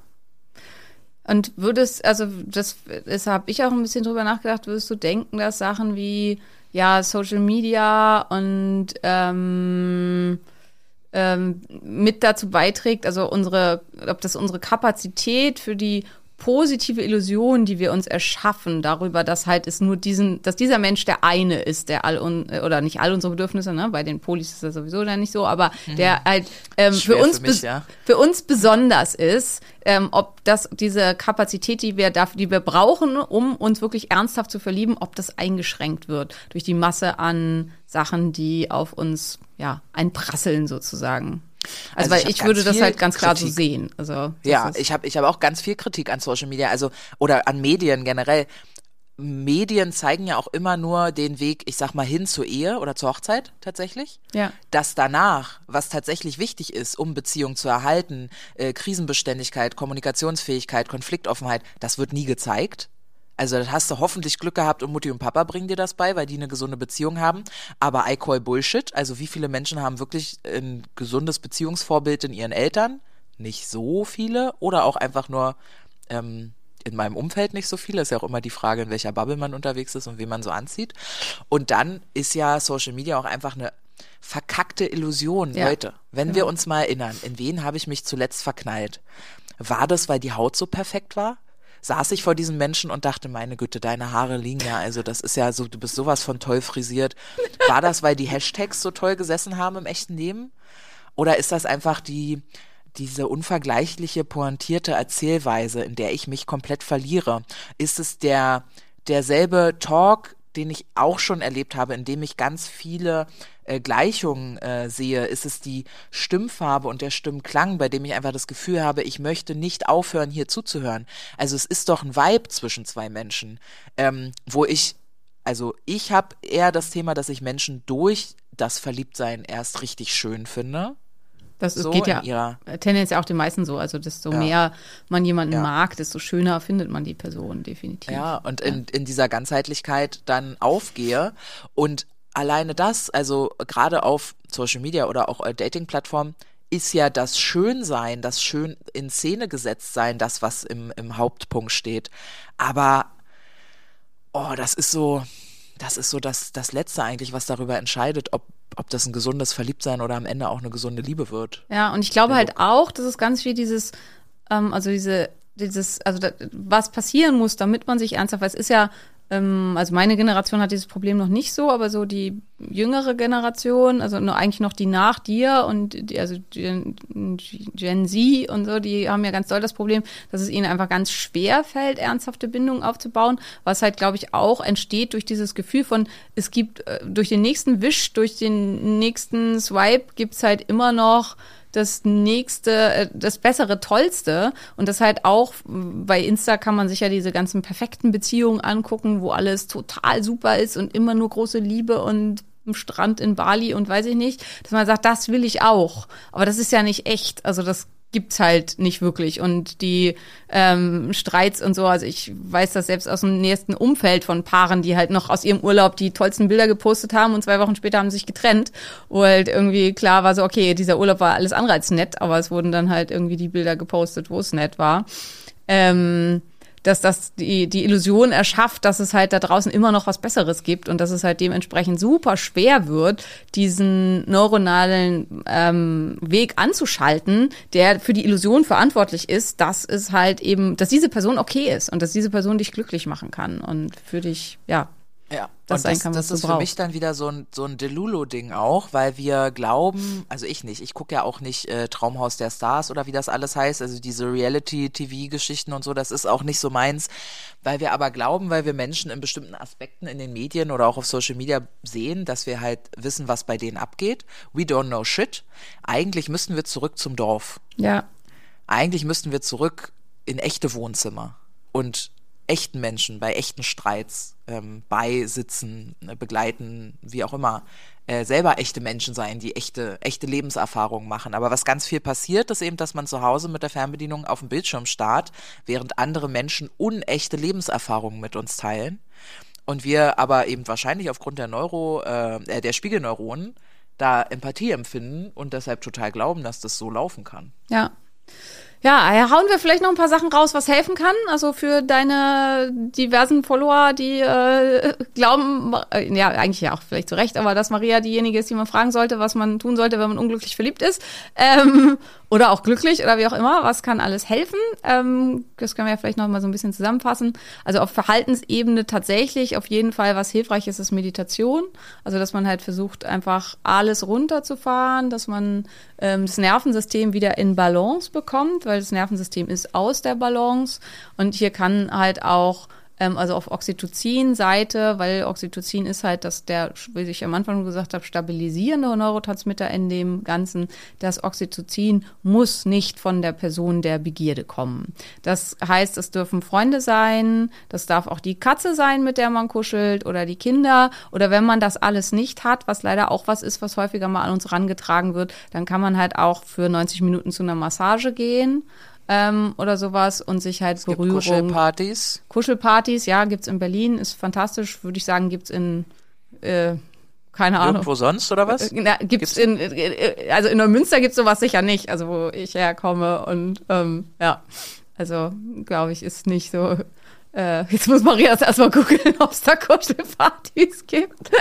Und würdest, also das, das habe ich auch ein bisschen drüber nachgedacht, würdest du denken, dass Sachen wie ja Social Media und ähm, ähm, mit dazu beiträgt, also unsere, ob das unsere Kapazität für die positive Illusion, die wir uns erschaffen, darüber, dass halt es nur diesen, dass dieser Mensch der eine ist, der all un, oder nicht all unsere Bedürfnisse, ne, bei den Polis ist das sowieso dann nicht so, aber mhm. der halt ähm, für Schwer uns für mich, bes- ja. für uns besonders ist, ähm, ob das diese Kapazität, die wir dafür, die wir brauchen, um uns wirklich ernsthaft zu verlieben, ob das eingeschränkt wird durch die Masse an Sachen, die auf uns ja einprasseln sozusagen. Also, Also weil ich hab ich, ganz würde das viel halt ganz klar so Kritik. sehen. Also das Ja, ist- ich habe ich hab auch ganz viel Kritik an Social Media, also oder an Medien generell. Medien zeigen ja auch immer nur den Weg, ich sag mal, hin zur Ehe oder zur Hochzeit tatsächlich. Ja. Dass danach, was tatsächlich wichtig ist, um Beziehungen zu erhalten, äh, Krisenbeständigkeit, Kommunikationsfähigkeit, Konfliktoffenheit, das wird nie gezeigt. Also das hast du hoffentlich Glück gehabt und Mutti und Papa bringen dir das bei, weil die eine gesunde Beziehung haben. Aber I call Bullshit. Also wie viele Menschen haben wirklich ein gesundes Beziehungsvorbild in ihren Eltern? Nicht so viele. Oder auch einfach nur ähm, in meinem Umfeld nicht so viele. Ist ja auch immer die Frage, in welcher Bubble man unterwegs ist und wen man so anzieht. Und dann ist ja Social Media auch einfach eine verkackte Illusion, Ja. Leute. Wenn wir uns mal erinnern, in wen habe ich mich zuletzt verknallt? War das, weil die Haut so perfekt war? Saß ich vor diesen Menschen und dachte, meine Güte, deine Haare liegen ja, also das ist ja so, du bist sowas von toll frisiert. War das, weil die Hashtags so toll gesessen haben im echten Leben? Oder ist das einfach die, diese unvergleichliche, pointierte Erzählweise, in der ich mich komplett verliere? Ist es der, derselbe Talk, den ich auch schon erlebt habe, in dem ich ganz viele äh, Gleichungen äh, sehe, ist es die Stimmfarbe und der Stimmklang, bei dem ich einfach das Gefühl habe, ich möchte nicht aufhören, hier zuzuhören. Also es ist doch ein Vibe zwischen zwei Menschen, ähm, wo ich, also ich habe eher das Thema, dass ich Menschen durch das Verliebtsein erst richtig schön finde. Das ist, so geht ja ihrer, tendenziell auch den meisten so. Also desto ja. mehr man jemanden ja. mag, desto schöner findet man die Person, definitiv. Ja, und in, in dieser Ganzheitlichkeit dann aufgehe. Und alleine das, also gerade auf Social Media oder auch Dating-Plattformen, ist ja das Schönsein, das schön in Szene gesetzt sein, das, was im, im Hauptpunkt steht. Aber, oh, das ist so, das ist so das, das Letzte eigentlich, was darüber entscheidet, ob ob das ein gesundes Verliebtsein oder am Ende auch eine gesunde Liebe wird. Ja, und ich glaube halt auch, dass es ganz viel dieses, ähm, also diese, dieses, also da, was passieren muss, damit man sich ernsthaft, weil es ist ja, ähm, also meine Generation hat dieses Problem noch nicht so, aber so die jüngere Generation, also nur eigentlich noch die nach dir und die, also Gen, Gen Z und so, die haben ja ganz doll das Problem, dass es ihnen einfach ganz schwer fällt, ernsthafte Bindungen aufzubauen, was halt, glaube ich, auch entsteht durch dieses Gefühl von, es gibt äh, durch den nächsten Wisch, durch den nächsten Swipe gibt's halt immer noch das nächste, das bessere, tollste. Und das halt auch, bei Insta kann man sich ja diese ganzen perfekten Beziehungen angucken, wo alles total super ist und immer nur große Liebe und im Strand in Bali und weiß ich nicht, dass man sagt, das will ich auch. Aber das ist ja nicht echt. Also das gibt's halt nicht wirklich. Und die ähm, Streits und so, also ich weiß das selbst aus dem nächsten Umfeld von Paaren, die halt noch aus ihrem Urlaub die tollsten Bilder gepostet haben und zwei Wochen später haben sie sich getrennt, wo halt irgendwie klar war so, okay, dieser Urlaub war alles andere als nett, aber es wurden dann halt irgendwie die Bilder gepostet, wo es nett war. Ähm, dass das die, die Illusion erschafft, dass es halt da draußen immer noch was Besseres gibt und dass es halt dementsprechend super schwer wird, diesen neuronalen ähm, Weg anzuschalten, der für die Illusion verantwortlich ist, dass es halt eben, dass diese Person okay ist und dass diese Person dich glücklich machen kann und für dich, ja, Ja, das, und das, kann, das ist für mich dann wieder so ein, so ein Delulu-Ding auch, weil wir glauben, also ich nicht, ich gucke ja auch nicht äh, Traumhaus der Stars oder wie das alles heißt, also diese Reality-T V-Geschichten und so, das ist auch nicht so meins, weil wir aber glauben, weil wir Menschen in bestimmten Aspekten in den Medien oder auch auf Social Media sehen, dass wir halt wissen, was bei denen abgeht. We don't know shit. Eigentlich müssten wir zurück zum Dorf. Ja. Eigentlich müssten wir zurück in echte Wohnzimmer und echten Menschen, bei echten Streits, ähm, beisitzen, äh, begleiten, wie auch immer, äh, selber echte Menschen sein, die echte, echte Lebenserfahrungen machen. Aber was ganz viel passiert, ist eben, dass man zu Hause mit der Fernbedienung auf dem Bildschirm starrt, während andere Menschen unechte Lebenserfahrungen mit uns teilen. Und wir aber eben wahrscheinlich aufgrund der Neuro, äh, der Spiegelneuronen da Empathie empfinden und deshalb total glauben, dass das so laufen kann. Ja. Ja, hauen wir vielleicht noch ein paar Sachen raus, was helfen kann. Also für deine diversen Follower, die äh, glauben, äh, ja, eigentlich ja auch vielleicht zu Recht, aber dass Maria diejenige ist, die man fragen sollte, was man tun sollte, wenn man unglücklich verliebt ist. Ähm, oder auch glücklich oder wie auch immer. Was kann alles helfen? Ähm, das können wir ja vielleicht noch mal so ein bisschen zusammenfassen. Also auf Verhaltensebene tatsächlich auf jeden Fall, was hilfreich ist, ist Meditation. Also dass man halt versucht, einfach alles runterzufahren, dass man ähm, das Nervensystem wieder in Balance bekommt, weil das Nervensystem ist aus der Balance. Und hier kann halt auch also auf Oxytocin-Seite, weil Oxytocin ist halt das der, wie ich am Anfang gesagt habe, stabilisierende Neurotransmitter in dem Ganzen. Das Oxytocin muss nicht von der Person der Begierde kommen. Das heißt, es dürfen Freunde sein, das darf auch die Katze sein, mit der man kuschelt oder die Kinder. Oder wenn man das alles nicht hat, was leider auch was ist, was häufiger mal an uns herangetragen wird, dann kann man halt auch für neunzig Minuten zu einer Massage gehen. Ähm, oder sowas und sich halt es gibt Berührung. Kuschelpartys. Kuschelpartys, ja, gibt's in Berlin, ist fantastisch, würde ich sagen, gibt's in, äh, keine Ahnung. Irgendwo sonst, oder was? Äh, na, gibt's, gibt's in, äh, also in Neumünster gibt's sowas sicher nicht, also wo ich herkomme und, ähm, ja, also, glaube ich, ist nicht so, äh, jetzt muss Maria erstmal googeln, ob es da Kuschelpartys gibt.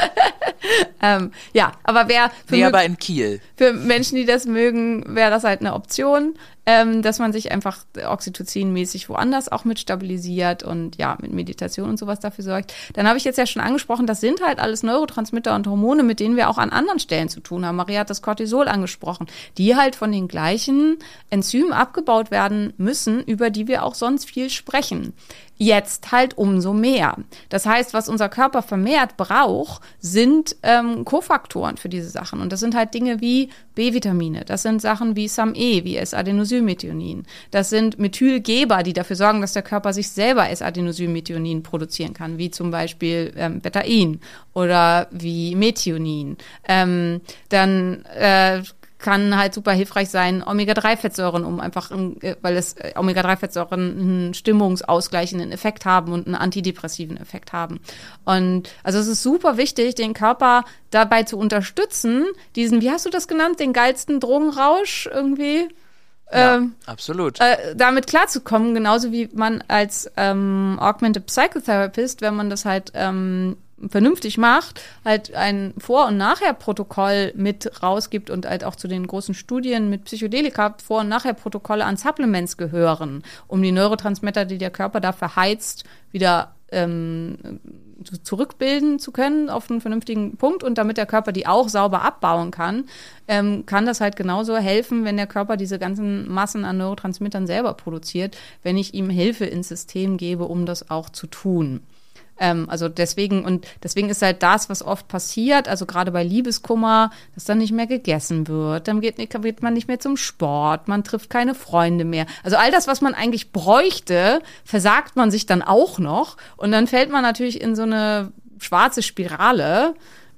ähm, ja, aber wer, für, nee, aber in Kiel. Für Menschen, die das mögen, wäre das halt eine Option. ähm, dass man sich einfach Oxytocin-mäßig woanders auch mit stabilisiert und ja, mit Meditation und sowas dafür sorgt. Dann habe ich jetzt ja schon angesprochen, das sind halt alles Neurotransmitter und Hormone, mit denen wir auch an anderen Stellen zu tun haben. Maria hat das Cortisol angesprochen, die halt von den gleichen Enzymen abgebaut werden müssen, über die wir auch sonst viel sprechen. Jetzt halt umso mehr. Das heißt, was unser Körper vermehrt braucht, sind ähm, Kofaktoren für diese Sachen. Und das sind halt Dinge wie B-Vitamine, das sind Sachen wie S A M E, wie S-Adenosylmethionin. Das sind Methylgeber, die dafür sorgen, dass der Körper sich selber S-Adenosylmethionin produzieren kann, wie zum Beispiel ähm, Betain oder wie Methionin. Ähm, dann äh, kann halt super hilfreich sein, Omega drei Fettsäuren, um einfach, weil es Omega drei Fettsäuren einen stimmungsausgleichenden Effekt haben und einen antidepressiven Effekt haben. Und also es ist super wichtig, den Körper dabei zu unterstützen, diesen, wie hast du das genannt, den geilsten Drogenrausch irgendwie? Ja, ähm, absolut. Äh, damit klarzukommen, genauso wie man als ähm, Augmented Psychotherapist, wenn man das halt ähm, vernünftig macht, halt ein Vor- und Nachher-Protokoll mit rausgibt und halt auch zu den großen Studien mit Psychedelika Vor- und Nachher-Protokolle an Supplements gehören, um die Neurotransmitter, die der Körper da verheizt, wieder ähm, zurückbilden zu können auf einen vernünftigen Punkt und damit der Körper die auch sauber abbauen kann, ähm, kann das halt genauso helfen, wenn der Körper diese ganzen Massen an Neurotransmittern selber produziert, wenn ich ihm Hilfe ins System gebe, um das auch zu tun. Ähm, also deswegen, und deswegen ist halt das, was oft passiert, also gerade bei Liebeskummer, dass dann nicht mehr gegessen wird, dann geht, geht man nicht mehr zum Sport, man trifft keine Freunde mehr. Also all das, was man eigentlich bräuchte, versagt man sich dann auch noch und dann fällt man natürlich in so eine schwarze Spirale,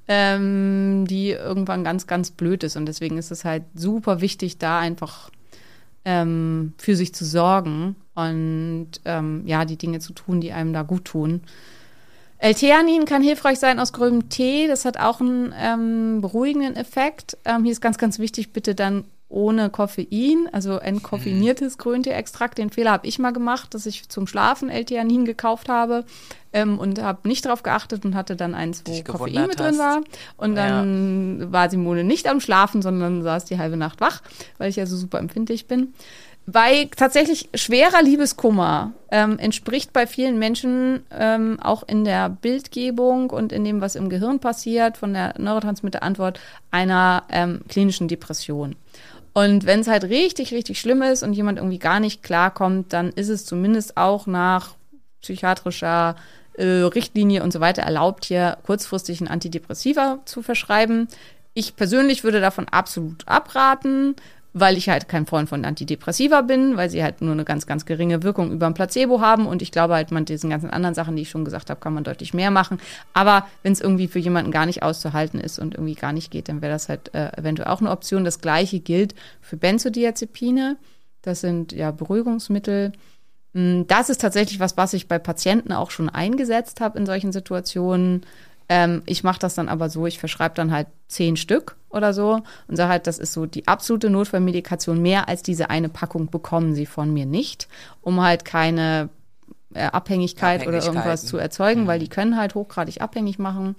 ähm, die irgendwann ganz, ganz blöd ist. Und deswegen ist es halt super wichtig, da einfach ähm, für sich zu sorgen und ähm, ja, die Dinge zu tun, die einem da gut tun. L-Theanin kann hilfreich sein aus grünem Tee. Das hat auch einen ähm, beruhigenden Effekt. Ähm, hier ist ganz, ganz wichtig, bitte dann ohne Koffein, also entkoffeiniertes Grüntee-Extrakt. Den Fehler habe ich mal gemacht, dass ich zum Schlafen L-Theanin gekauft habe ähm, und habe nicht drauf geachtet und hatte dann eins, wo Koffein mit drin war. Und dann ja. war Simone nicht am Schlafen, sondern saß die halbe Nacht wach, weil ich ja so super empfindlich bin. Bei tatsächlich schwerer Liebeskummer ähm, entspricht bei vielen Menschen ähm, auch in der Bildgebung und in dem, was im Gehirn passiert, von der Neurotransmitterantwort einer ähm, klinischen Depression. Und wenn es halt richtig, richtig schlimm ist und jemand irgendwie gar nicht klarkommt, dann ist es zumindest auch nach psychiatrischer äh, Richtlinie und so weiter erlaubt, hier kurzfristig ein Antidepressiva zu verschreiben. Ich persönlich würde davon absolut abraten, weil ich halt kein Freund von Antidepressiva bin, weil sie halt nur eine ganz, ganz geringe Wirkung über ein Placebo haben und ich glaube halt, man diesen ganzen anderen Sachen, die ich schon gesagt habe, kann man deutlich mehr machen. Aber wenn es irgendwie für jemanden gar nicht auszuhalten ist und irgendwie gar nicht geht, dann wäre das halt äh, eventuell auch eine Option. Das Gleiche gilt für Benzodiazepine. Das sind ja Beruhigungsmittel. Das ist tatsächlich was, was ich bei Patienten auch schon eingesetzt habe in solchen Situationen. Ähm, ich mache das dann aber so, ich verschreibe dann halt zehn Stück oder so und sage halt, das ist so die absolute Notfallmedikation. Mehr als diese eine Packung bekommen sie von mir nicht, um halt keine äh, Abhängigkeit oder irgendwas zu erzeugen, mhm. weil die können halt hochgradig abhängig machen.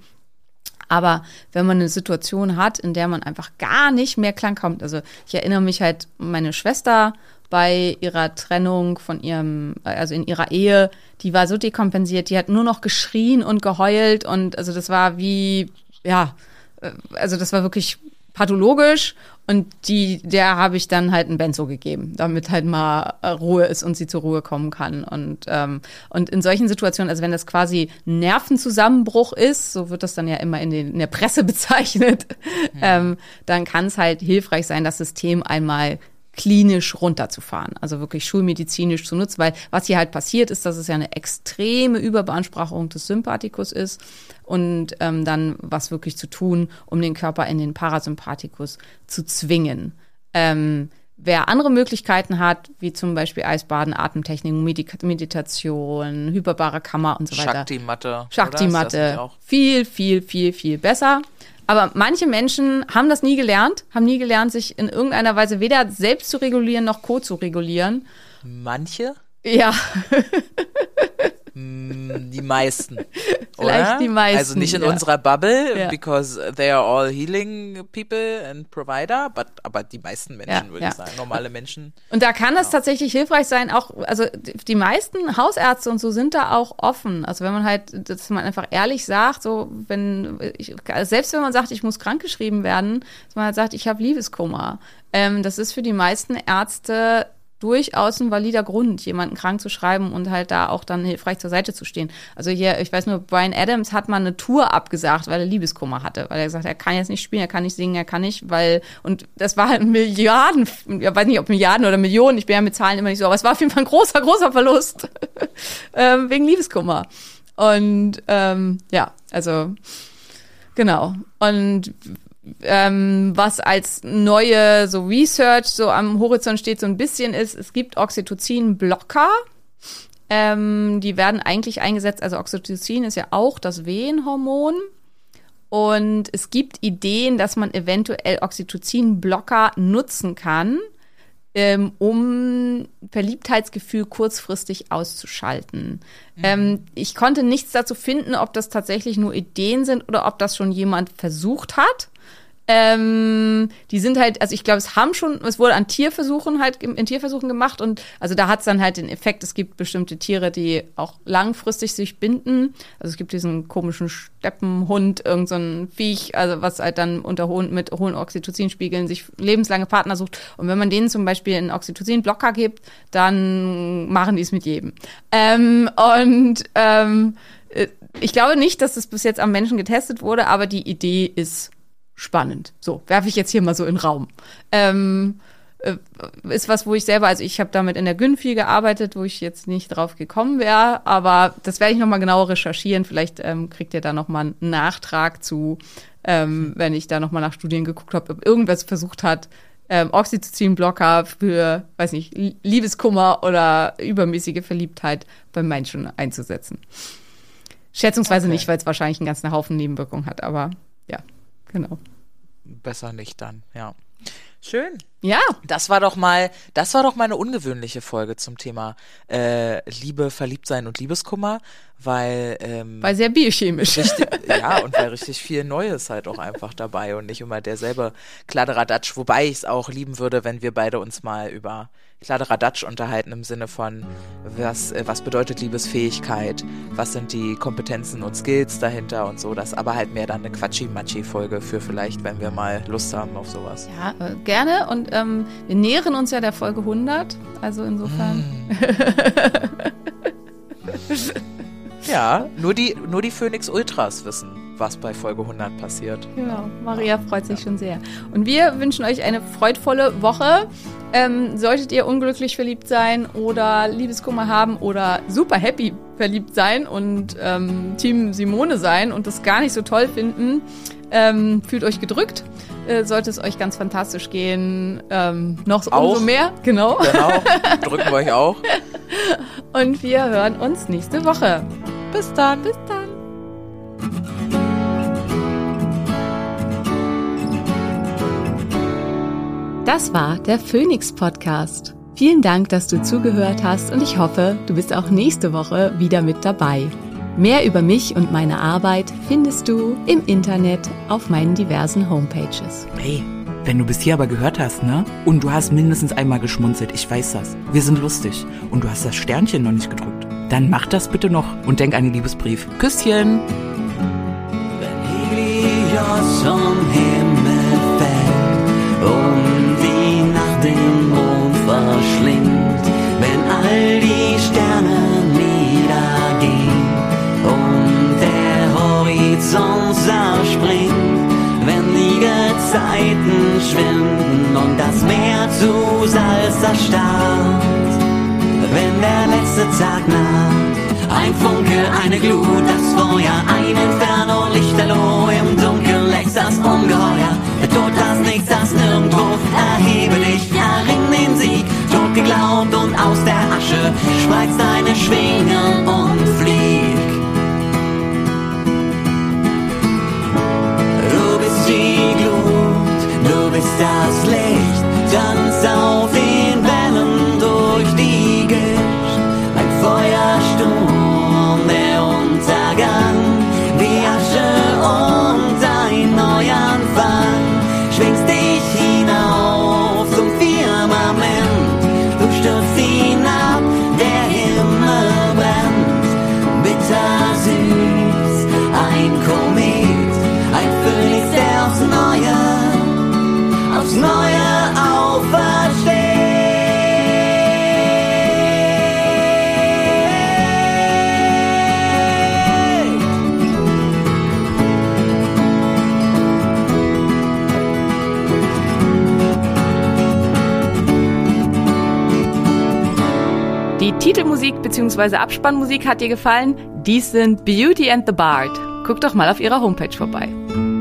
Aber wenn man eine Situation hat, in der man einfach gar nicht mehr klarkommt, also ich erinnere mich halt, meine Schwester bei ihrer Trennung von ihrem, also in ihrer Ehe, die war so dekompensiert, die hat nur noch geschrien und geheult und also das war wie, ja, also das war wirklich pathologisch und die, der habe ich dann halt ein Benzo gegeben, damit halt mal Ruhe ist und sie zur Ruhe kommen kann und ähm, und in solchen Situationen, also wenn das quasi ein Nervenzusammenbruch ist, so wird das dann ja immer in, den, in der Presse bezeichnet, mhm. ähm, dann kann es halt hilfreich sein, das System einmal klinisch runterzufahren, also wirklich schulmedizinisch zu nutzen, weil was hier halt passiert ist, dass es ja eine extreme Überbeanspruchung des Sympathikus ist und ähm, dann was wirklich zu tun, um den Körper in den Parasympathikus zu zwingen. Ähm, wer andere Möglichkeiten hat, wie zum Beispiel Eisbaden, Atemtechnik, Medik- Meditation, hyperbare Kammer und so weiter. Shakti-Matte. Shakti-Matte. Viel, viel, viel, viel besser. Aber manche Menschen haben das nie gelernt, haben nie gelernt, sich in irgendeiner Weise weder selbst zu regulieren noch Co. zu regulieren. Manche? Ja. Die meisten. Vielleicht oder? die meisten. Also nicht in ja. unserer Bubble, Ja. because they are all healing people and provider, but, aber die meisten Menschen, Ja, würde ja. ich sagen, normale Menschen. Und da kann es tatsächlich hilfreich sein, auch, also die meisten Hausärzte und so sind da auch offen. Also wenn man halt, dass man einfach ehrlich sagt, so wenn, ich, selbst wenn man sagt, ich muss krankgeschrieben werden, dass man halt sagt, ich habe Liebeskummer. Ähm, das ist für die meisten Ärzte durchaus ein valider Grund, jemanden krank zu schreiben und halt da auch dann hilfreich zur Seite zu stehen. Also hier, ich weiß nur, Bryan Adams hat mal eine Tour abgesagt, weil er Liebeskummer hatte, weil er gesagt hat, er kann jetzt nicht spielen, er kann nicht singen, er kann nicht, weil, und das war halt Milliarden, ich weiß nicht, ob Milliarden oder Millionen, ich bin ja mit Zahlen immer nicht so, aber es war auf jeden Fall ein großer, großer Verlust ähm, wegen Liebeskummer. Und ähm, ja, also genau. Und Ähm, was als neue so Research so am Horizont steht so ein bisschen ist, es gibt Oxytocin-Blocker, ähm, die werden eigentlich eingesetzt, also Oxytocin ist ja auch das Wehenhormon und es gibt Ideen, dass man eventuell Oxytocin-Blocker nutzen kann, ähm, um Verliebtheitsgefühl kurzfristig auszuschalten. Mhm. Ähm, ich konnte nichts dazu finden, ob das tatsächlich nur Ideen sind oder ob das schon jemand versucht hat. Ähm, die sind halt, also ich glaube, es haben schon, es wurde an Tierversuchen halt, in Tierversuchen gemacht und also da hat es dann halt den Effekt, es gibt bestimmte Tiere, die auch langfristig sich binden. Also es gibt diesen komischen Steppenhund, irgend so ein Viech, also was halt dann unter hohen, mit hohen Oxytocinspiegeln sich lebenslange Partner sucht. Und wenn man denen zum Beispiel einen Oxytocin-Blocker gibt, dann machen die es mit jedem. Ähm, und ähm, ich glaube nicht, dass es bis jetzt am Menschen getestet wurde, aber die Idee ist spannend. So, werfe ich jetzt hier mal so in den Raum. Ähm, äh, ist was, wo ich selber, also ich habe damit in der Gyn viel gearbeitet, wo ich jetzt nicht drauf gekommen wäre, aber das werde ich nochmal genauer recherchieren. Vielleicht ähm, kriegt ihr da nochmal einen Nachtrag zu, ähm, wenn ich da nochmal nach Studien geguckt habe, ob irgendwas versucht hat, ähm, Oxytocin-Blocker für, weiß nicht, Liebeskummer oder übermäßige Verliebtheit beim Menschen einzusetzen. Schätzungsweise Okay. nicht, weil es wahrscheinlich einen ganzen Haufen Nebenwirkungen hat, aber ja. Genau. Besser nicht dann, ja. Schön. Ja. Das war doch mal, das war doch mal eine ungewöhnliche Folge zum Thema äh, Liebe, Verliebtsein und Liebeskummer, weil ähm, Weil sehr biochemisch. richtig, ja, und weil richtig viel Neues halt auch einfach dabei und nicht immer derselbe Kladderadatsch, wobei ich es auch lieben würde, wenn wir beide uns mal über Kladderadatsch unterhalten im Sinne von, was, äh, was bedeutet Liebesfähigkeit, was sind die Kompetenzen und Skills dahinter und so, das aber halt mehr dann eine Quatschi-Matschi-Folge für vielleicht, wenn wir mal Lust haben auf sowas. Ja, äh, gerne. Und ähm, wir nähern uns ja der Folge hundert. Also insofern. Ja, nur die, nur die Phoenix Ultras wissen, was bei Folge hundert passiert. Genau. Maria freut sich schon sehr. Und wir wünschen euch eine freudvolle Woche. Ähm, solltet ihr unglücklich verliebt sein oder Liebeskummer haben oder super happy verliebt sein und ähm, Team Simone sein und das gar nicht so toll finden, ähm, fühlt euch gedrückt. Äh, sollte es euch ganz fantastisch gehen, ähm, noch umso Auch. mehr. Genau. Genau, drücken wir euch auch. Und wir hören uns nächste Woche. Bis dann. Bis dann. Das war der Phoenix Podcast. Vielen Dank, dass du zugehört hast und ich hoffe, du bist auch nächste Woche wieder mit dabei. Mehr über mich und meine Arbeit findest du im Internet auf meinen diversen Homepages. Hey, wenn du bis hier aber gehört hast, ne? Und du hast mindestens einmal geschmunzelt, ich weiß das. Wir sind lustig. Und du hast das Sternchen noch nicht gedrückt. Dann mach das bitte noch und denk an den Liebesbrief. Küsschen! Wenn Helios vom Himmel fällt und die Nacht den Mond verschlingt, wenn all die Sterne niedergehen und der Horizont zerspringt, wenn die Gezeiten schwinden und das Meer zu Salz erstarrt, wenn der letzte Tag naht, ein Funke, eine Glut, das Feuer, ein Inferno, Lichterloh, im Dunkeln lächst das Ungeheuer, der Tod, das Nichts, das Nirgendwo, erhebe dich, erring den Sieg, tot geglaubt und aus der Asche, spreiz deine Schwingen und flieg. Du bist die Glut, du bist das Licht, tanz auf den Wellen durch die Gischt, ein Feuersturm Die Titelmusik bzw. Abspannmusik hat dir gefallen? Dies sind Beauty and the Bard. Guck doch mal auf ihrer Homepage vorbei.